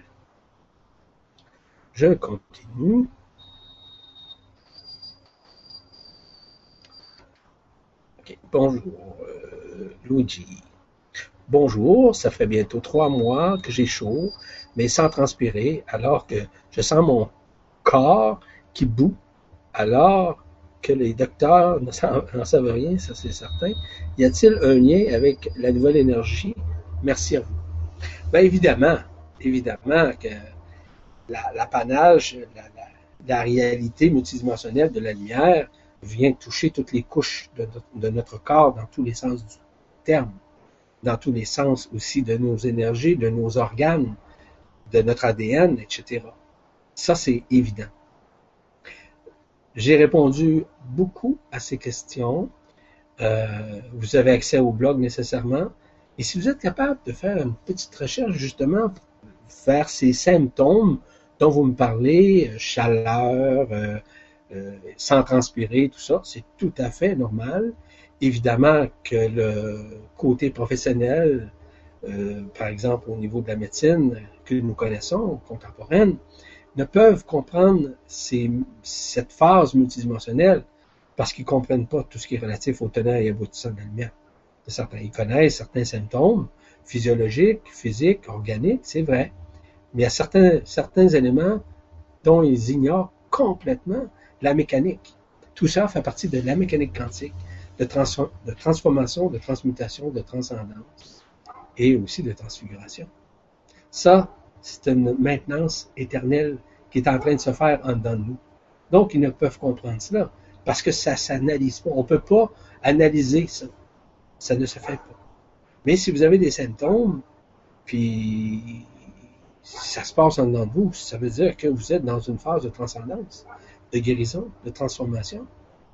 Je continue. Okay. Bonjour, Luigi. bonjour, ça fait bientôt 3 mois que j'ai chaud, mais sans transpirer, alors que je sens mon corps qui bout, alors que les docteurs n'en savent rien, ça c'est certain. Y a-t-il un lien avec la nouvelle énergie? Merci à vous. Bien évidemment que l'apanage, la réalité multidimensionnelle de la lumière vient toucher toutes les couches de notre corps dans tous les sens du terme, dans tous les sens aussi de nos énergies, de nos organes, de notre ADN, etc. Ça, c'est évident. J'ai répondu beaucoup à ces questions. Vous avez accès au blog nécessairement. Et si vous êtes capable de faire une petite recherche justement vers ces symptômes dont vous me parlez, chaleur, sans transpirer, tout ça, c'est tout à fait normal. Évidemment que le côté professionnel, par exemple au niveau de la médecine que nous connaissons, contemporaine, ne peuvent comprendre cette phase multidimensionnelle parce qu'ils ne comprennent pas tout ce qui est relatif au tenant et aboutissant de la lumière. Ils connaissent certains symptômes physiologiques, physiques, organiques, c'est vrai. Mais il y a certains éléments dont ils ignorent complètement la mécanique. Tout ça fait partie de la mécanique quantique, de transformation, de transmutation, de transcendance et aussi de transfiguration. Ça, c'est une maintenance éternelle qui est en train de se faire en dedans de nous. Donc, ils ne peuvent comprendre cela parce que ça ne s'analyse pas. On ne peut pas analyser ça. Ça ne se fait pas. Mais si vous avez des symptômes, puis si ça se passe en dedans de vous, ça veut dire que vous êtes dans une phase de transcendance, de guérison, de transformation.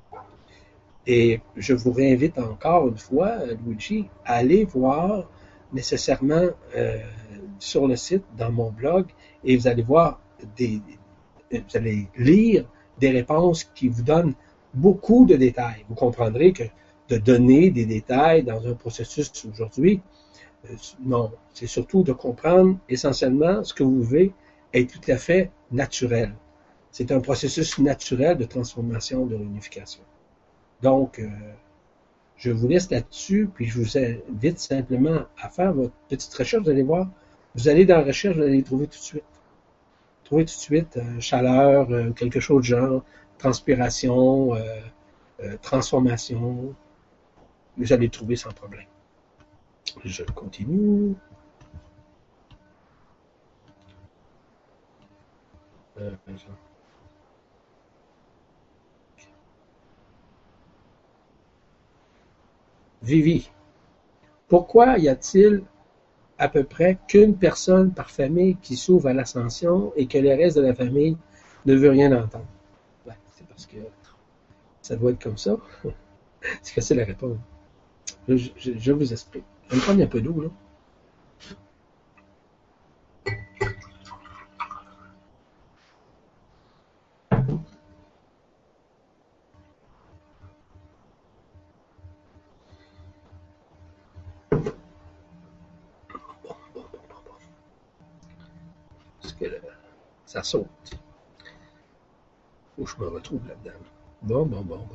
Et je vous réinvite encore une fois, Luigi, à aller voir nécessairement sur le site, dans mon blog, et vous allez voir vous allez lire des réponses qui vous donnent beaucoup de détails. Vous comprendrez que de donner des détails dans un processus aujourd'hui, non, c'est surtout de comprendre essentiellement ce que vous vivez est tout à fait naturel. C'est un processus naturel de transformation, de réunification. Donc, je vous laisse là-dessus, puis je vous invite simplement à faire votre petite recherche. Vous allez voir, vous allez dans la recherche, vous allez les trouver tout de suite. Trouvez tout de suite chaleur, quelque chose de genre, transpiration, transformation. Vous allez le trouver sans problème. Je continue. Vivi, pourquoi y a-t-il à peu près qu'une personne par famille qui s'ouvre à l'ascension et que le reste de la famille ne veut rien entendre? Ben, c'est parce que ça doit être comme ça. C'est facile à répondre. Je vous explique. Je vais me prendre un peu d'eau, là. Parce que là, ça saute. Faut que je me retrouve là-dedans. Bon.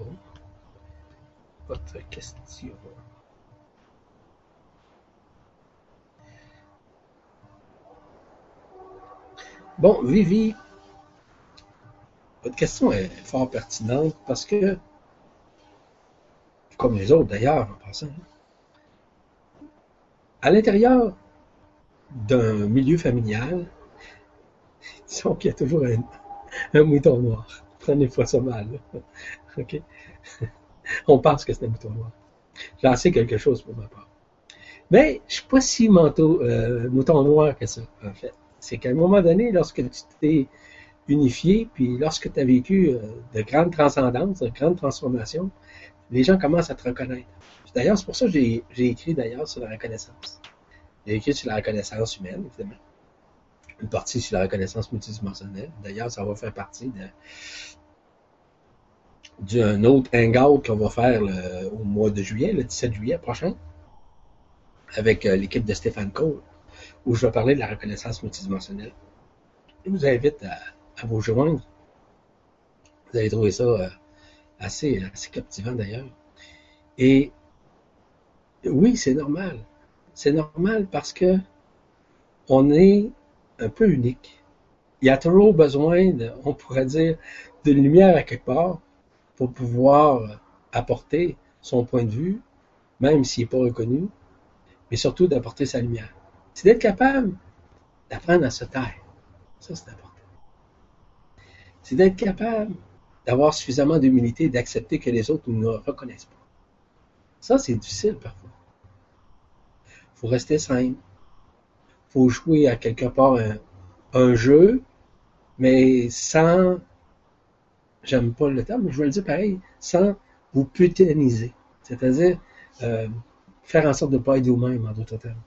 Votre question. Bon, Vivi, votre question est fort pertinente parce que, comme les autres d'ailleurs, en passant, à l'intérieur d'un milieu familial, disons qu'il y a toujours un mouton noir. Prenez-moi ça mal. OK? On pense que c'est un mouton noir. J'en sais quelque chose pour ma part. Mais je ne suis pas si mouton noir que ça, en fait. C'est qu'à un moment donné, lorsque tu t'es unifié, puis lorsque tu as vécu de grandes transcendances, de grandes transformations, les gens commencent à te reconnaître. D'ailleurs, c'est pour ça que j'ai écrit d'ailleurs sur la reconnaissance. J'ai écrit sur la reconnaissance humaine, évidemment. Une partie sur la reconnaissance multidimensionnelle. D'ailleurs, ça va faire partie d'un autre hangout qu'on va faire au mois de juillet, le 17 juillet prochain, avec l'équipe de Stéphane Cole, où je vais parler de la reconnaissance multidimensionnelle. Je vous invite à vous joindre. Vous allez trouver ça assez captivant d'ailleurs. Et oui, c'est normal. C'est normal parce que on est un peu unique. Il y a toujours besoin, on pourrait dire, d'une lumière à quelque part pour pouvoir apporter son point de vue, même s'il n'est pas reconnu, mais surtout d'apporter sa lumière. C'est d'être capable d'apprendre à se taire. Ça, c'est important. C'est d'être capable d'avoir suffisamment d'humilité et d'accepter que les autres ne nous reconnaissent pas. Ça, c'est difficile parfois. Il faut rester simple. Il faut jouer à quelque part un jeu, mais sans, j'aime pas le terme, mais je vais le dire pareil, sans vous puténiser. C'est-à-dire faire en sorte de ne pas être vous-même, en d'autres termes.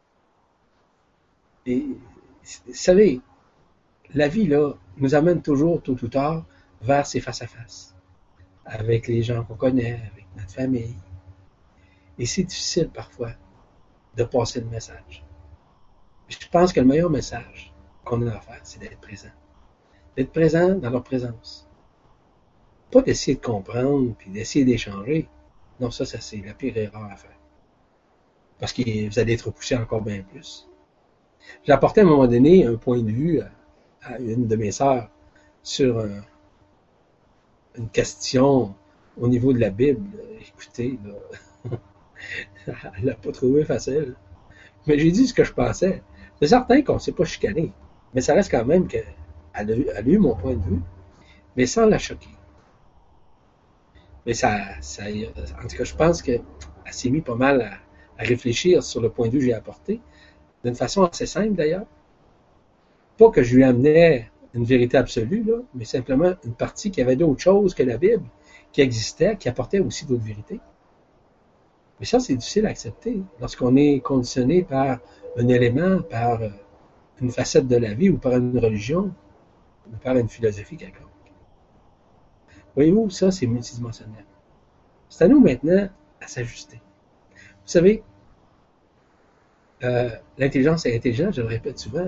Et vous savez, la vie, là, nous amène toujours, tôt ou tard, vers ces face-à-face. Avec les gens qu'on connaît, avec notre famille. Et c'est difficile parfois de passer le message. Je pense que le meilleur message qu'on a à faire, c'est d'être présent. D'être présent dans leur présence. Pas d'essayer de comprendre puis d'essayer d'échanger. Non, ça c'est la pire erreur à faire. Parce que vous allez être repoussé encore bien plus. J'ai apporté à un moment donné un point de vue à une de mes sœurs sur une question au niveau de la Bible. Écoutez, là, elle l'a pas trouvé facile. Mais j'ai dit ce que je pensais. C'est certain qu'on ne s'est pas chicané. Mais ça reste quand même qu'elle a eu mon point de vue, mais sans la choquer. Mais en tout cas, je pense qu'elle s'est mis pas mal à réfléchir sur le point de vue que j'ai apporté, d'une façon assez simple d'ailleurs. Pas que je lui amenais une vérité absolue, là, mais simplement une partie qui avait d'autres choses que la Bible, qui existait, qui apportait aussi d'autres vérités. Mais ça, c'est difficile à accepter lorsqu'on est conditionné par un élément, par une facette de la vie ou par une religion ou par une philosophie quelconque. Voyez-vous, ça, c'est multidimensionnel. C'est à nous maintenant à s'ajuster. Vous savez, l'intelligence et l'intelligence, je le répète souvent,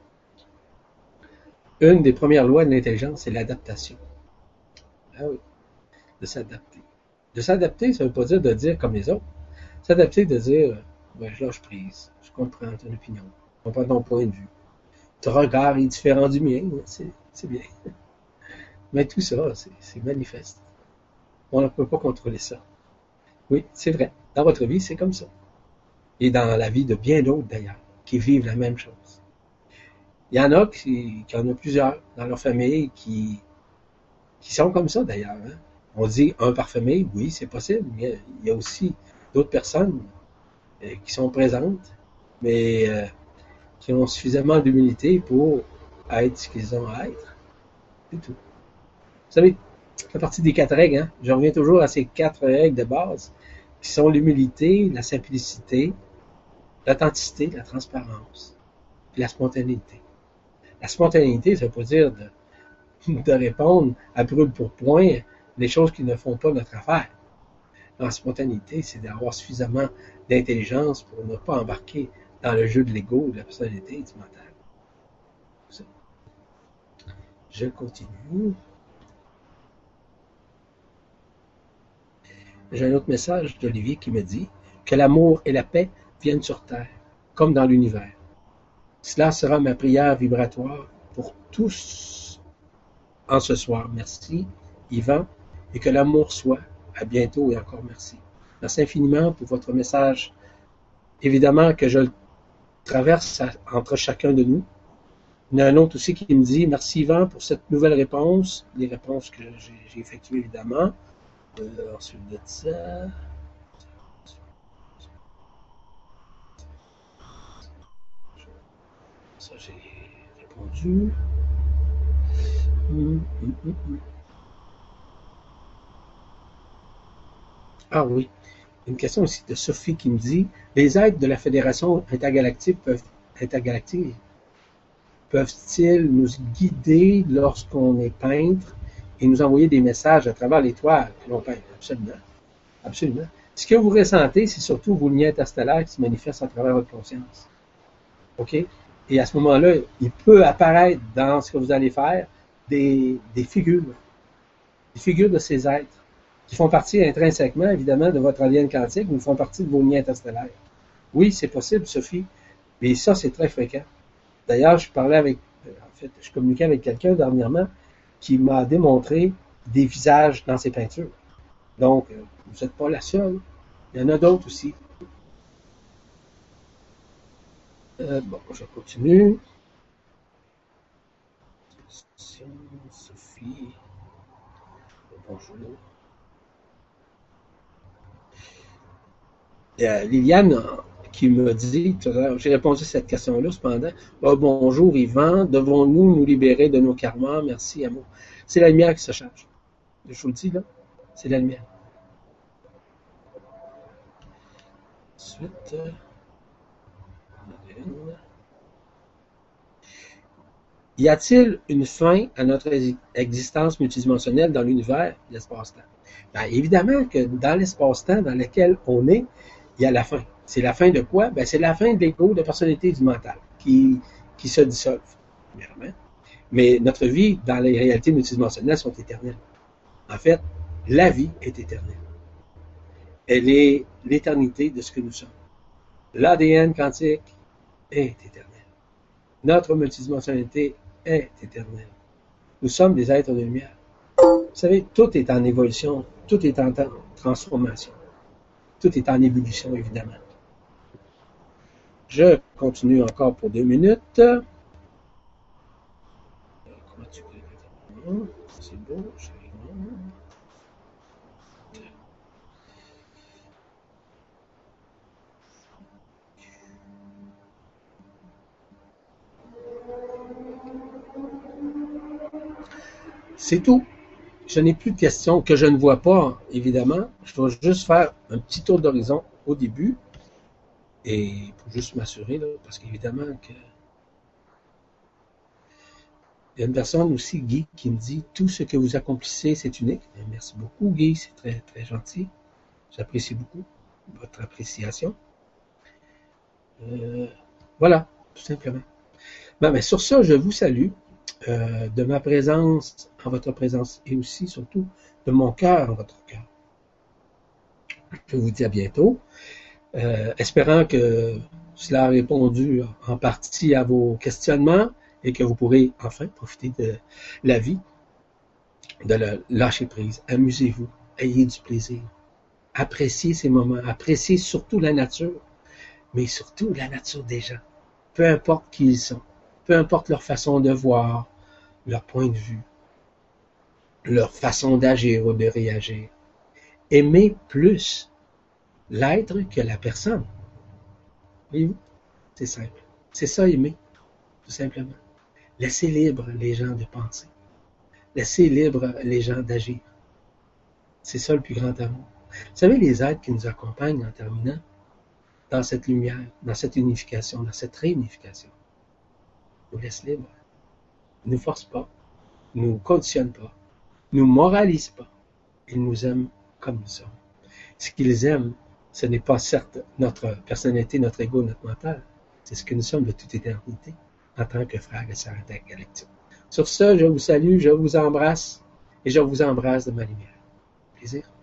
une des premières lois de l'intelligence, c'est l'adaptation. Ah oui, de s'adapter. De s'adapter, ça ne veut pas dire de dire comme les autres. S'adapter, de dire, ben, je lâche prise, je comprends ton opinion, je comprends ton point de vue. Ton regard est différent du mien, c'est bien. Mais tout ça, c'est manifeste. On ne peut pas contrôler ça. Oui, c'est vrai. Dans votre vie, c'est comme ça. Et dans la vie de bien d'autres, d'ailleurs, qui vivent la même chose. Il y en a qui en ont plusieurs dans leur famille qui sont comme ça, d'ailleurs. Hein. On dit un par famille, oui, c'est possible, mais il y a aussi d'autres personnes qui sont présentes, mais qui ont suffisamment d'humilité pour être ce qu'ils ont à être. C'est tout. Vous savez, ça fait partie des 4 règles. Hein? Je reviens toujours à ces 4 règles de base, qui sont l'humilité, la simplicité, l'authenticité, la transparence, et la spontanéité. La spontanéité, ça veut pas dire de répondre à brûle pour point les choses qui ne font pas notre affaire. La spontanéité, c'est d'avoir suffisamment d'intelligence pour ne pas embarquer dans le jeu de l'ego, de la personnalité et du mental. Je continue. J'ai un autre message d'Olivier qui me dit que l'amour et la paix viennent sur Terre, comme dans l'univers. Cela sera ma prière vibratoire pour tous en ce soir. Merci, Yvan, et que l'amour soit. À bientôt et encore merci. Merci infiniment pour votre message. Évidemment que je le traverse entre chacun de nous. Il y en a un autre aussi qui me dit merci Yvan pour cette nouvelle réponse, les réponses que j'ai effectuées évidemment. Ensuite de ça, j'ai répondu. Ah oui, une question aussi de Sophie qui me dit les êtres de la Fédération intergalactique peuvent-ils nous guider lorsqu'on est peintre et nous envoyer des messages à travers les toiles que l'on peint? Absolument. Absolument. Ce que vous ressentez, c'est surtout vos liens interstellaires qui se manifestent à travers votre conscience. OK? Et à ce moment-là, il peut apparaître dans ce que vous allez faire des figures de ces êtres qui font partie intrinsèquement, évidemment, de votre ADN quantique, mais font partie de vos liens interstellaires. Oui, c'est possible, Sophie. Et ça, c'est très fréquent. D'ailleurs, je communiquais avec quelqu'un dernièrement qui m'a démontré des visages dans ses peintures. Donc, vous n'êtes pas la seule. Il y en a d'autres aussi. Bon, je continue. Sophie. Bonjour. Liliane qui me dit, j'ai répondu à cette question-là cependant, bonjour Yvan, devons-nous nous libérer de nos karmas? Merci amour. C'est la lumière qui se charge. Je vous le dis là, c'est la lumière. Ensuite, y a-t-il une fin à notre existence multidimensionnelle dans l'univers, l'espace-temps? Ben, évidemment que dans l'espace-temps dans lequel on est, il y a la fin. C'est la fin de quoi? Ben, c'est la fin de l'ego, de la personnalité du mental, qui se dissolvent, premièrement. Mais notre vie, dans les réalités multidimensionnelles, sont éternelles. En fait, la vie est éternelle. Elle est l'éternité de ce que nous sommes. L'ADN quantique est éternel. Notre multidimensionnalité est éternelle. Nous sommes des êtres de lumière. Vous savez, tout est en évolution, tout est en transformation, tout est en ébullition, évidemment. Je continue encore pour 2 minutes. C'est beau, c'est tout. Je n'ai plus de questions que je ne vois pas, évidemment. Je dois juste faire un petit tour d'horizon au début. Et pour juste m'assurer, là, parce qu'évidemment que il y a une personne aussi, Guy, qui me dit « Tout ce que vous accomplissez, c'est unique. » Merci beaucoup, Guy, c'est très, très gentil. J'apprécie beaucoup votre appréciation. Voilà, tout simplement. Bon, ben, sur ça, je vous salue de ma présence en votre présence et aussi, surtout, de mon cœur en votre cœur. Je vous dis à bientôt, espérant que cela a répondu en partie à vos questionnements et que vous pourrez enfin profiter de la vie, de le lâcher prise. Amusez-vous, ayez du plaisir, appréciez ces moments, appréciez surtout la nature, mais surtout la nature des gens, peu importe qui ils sont, peu importe leur façon de voir, leur point de vue, leur façon d'agir ou de réagir. Aimez plus l'être que la personne. Voyez-vous? C'est simple. C'est ça aimer, tout simplement. Laissez libre les gens de penser. Laissez libre les gens d'agir. C'est ça le plus grand amour. Vous savez, les êtres qui nous accompagnent en terminant, dans cette lumière, dans cette unification, dans cette réunification, nous laissent libres. Ils ne nous forcent pas, ils ne nous conditionnent pas, ils ne nous moralisent pas. Ils nous aiment comme nous sommes. Ce qu'ils aiment, ce n'est pas certes notre personnalité, notre ego, notre mental. C'est ce que nous sommes de toute éternité en tant que frères et sœurs intergalactiques. Sur ce, je vous salue, je vous embrasse et je vous embrasse de ma lumière. Plaisir.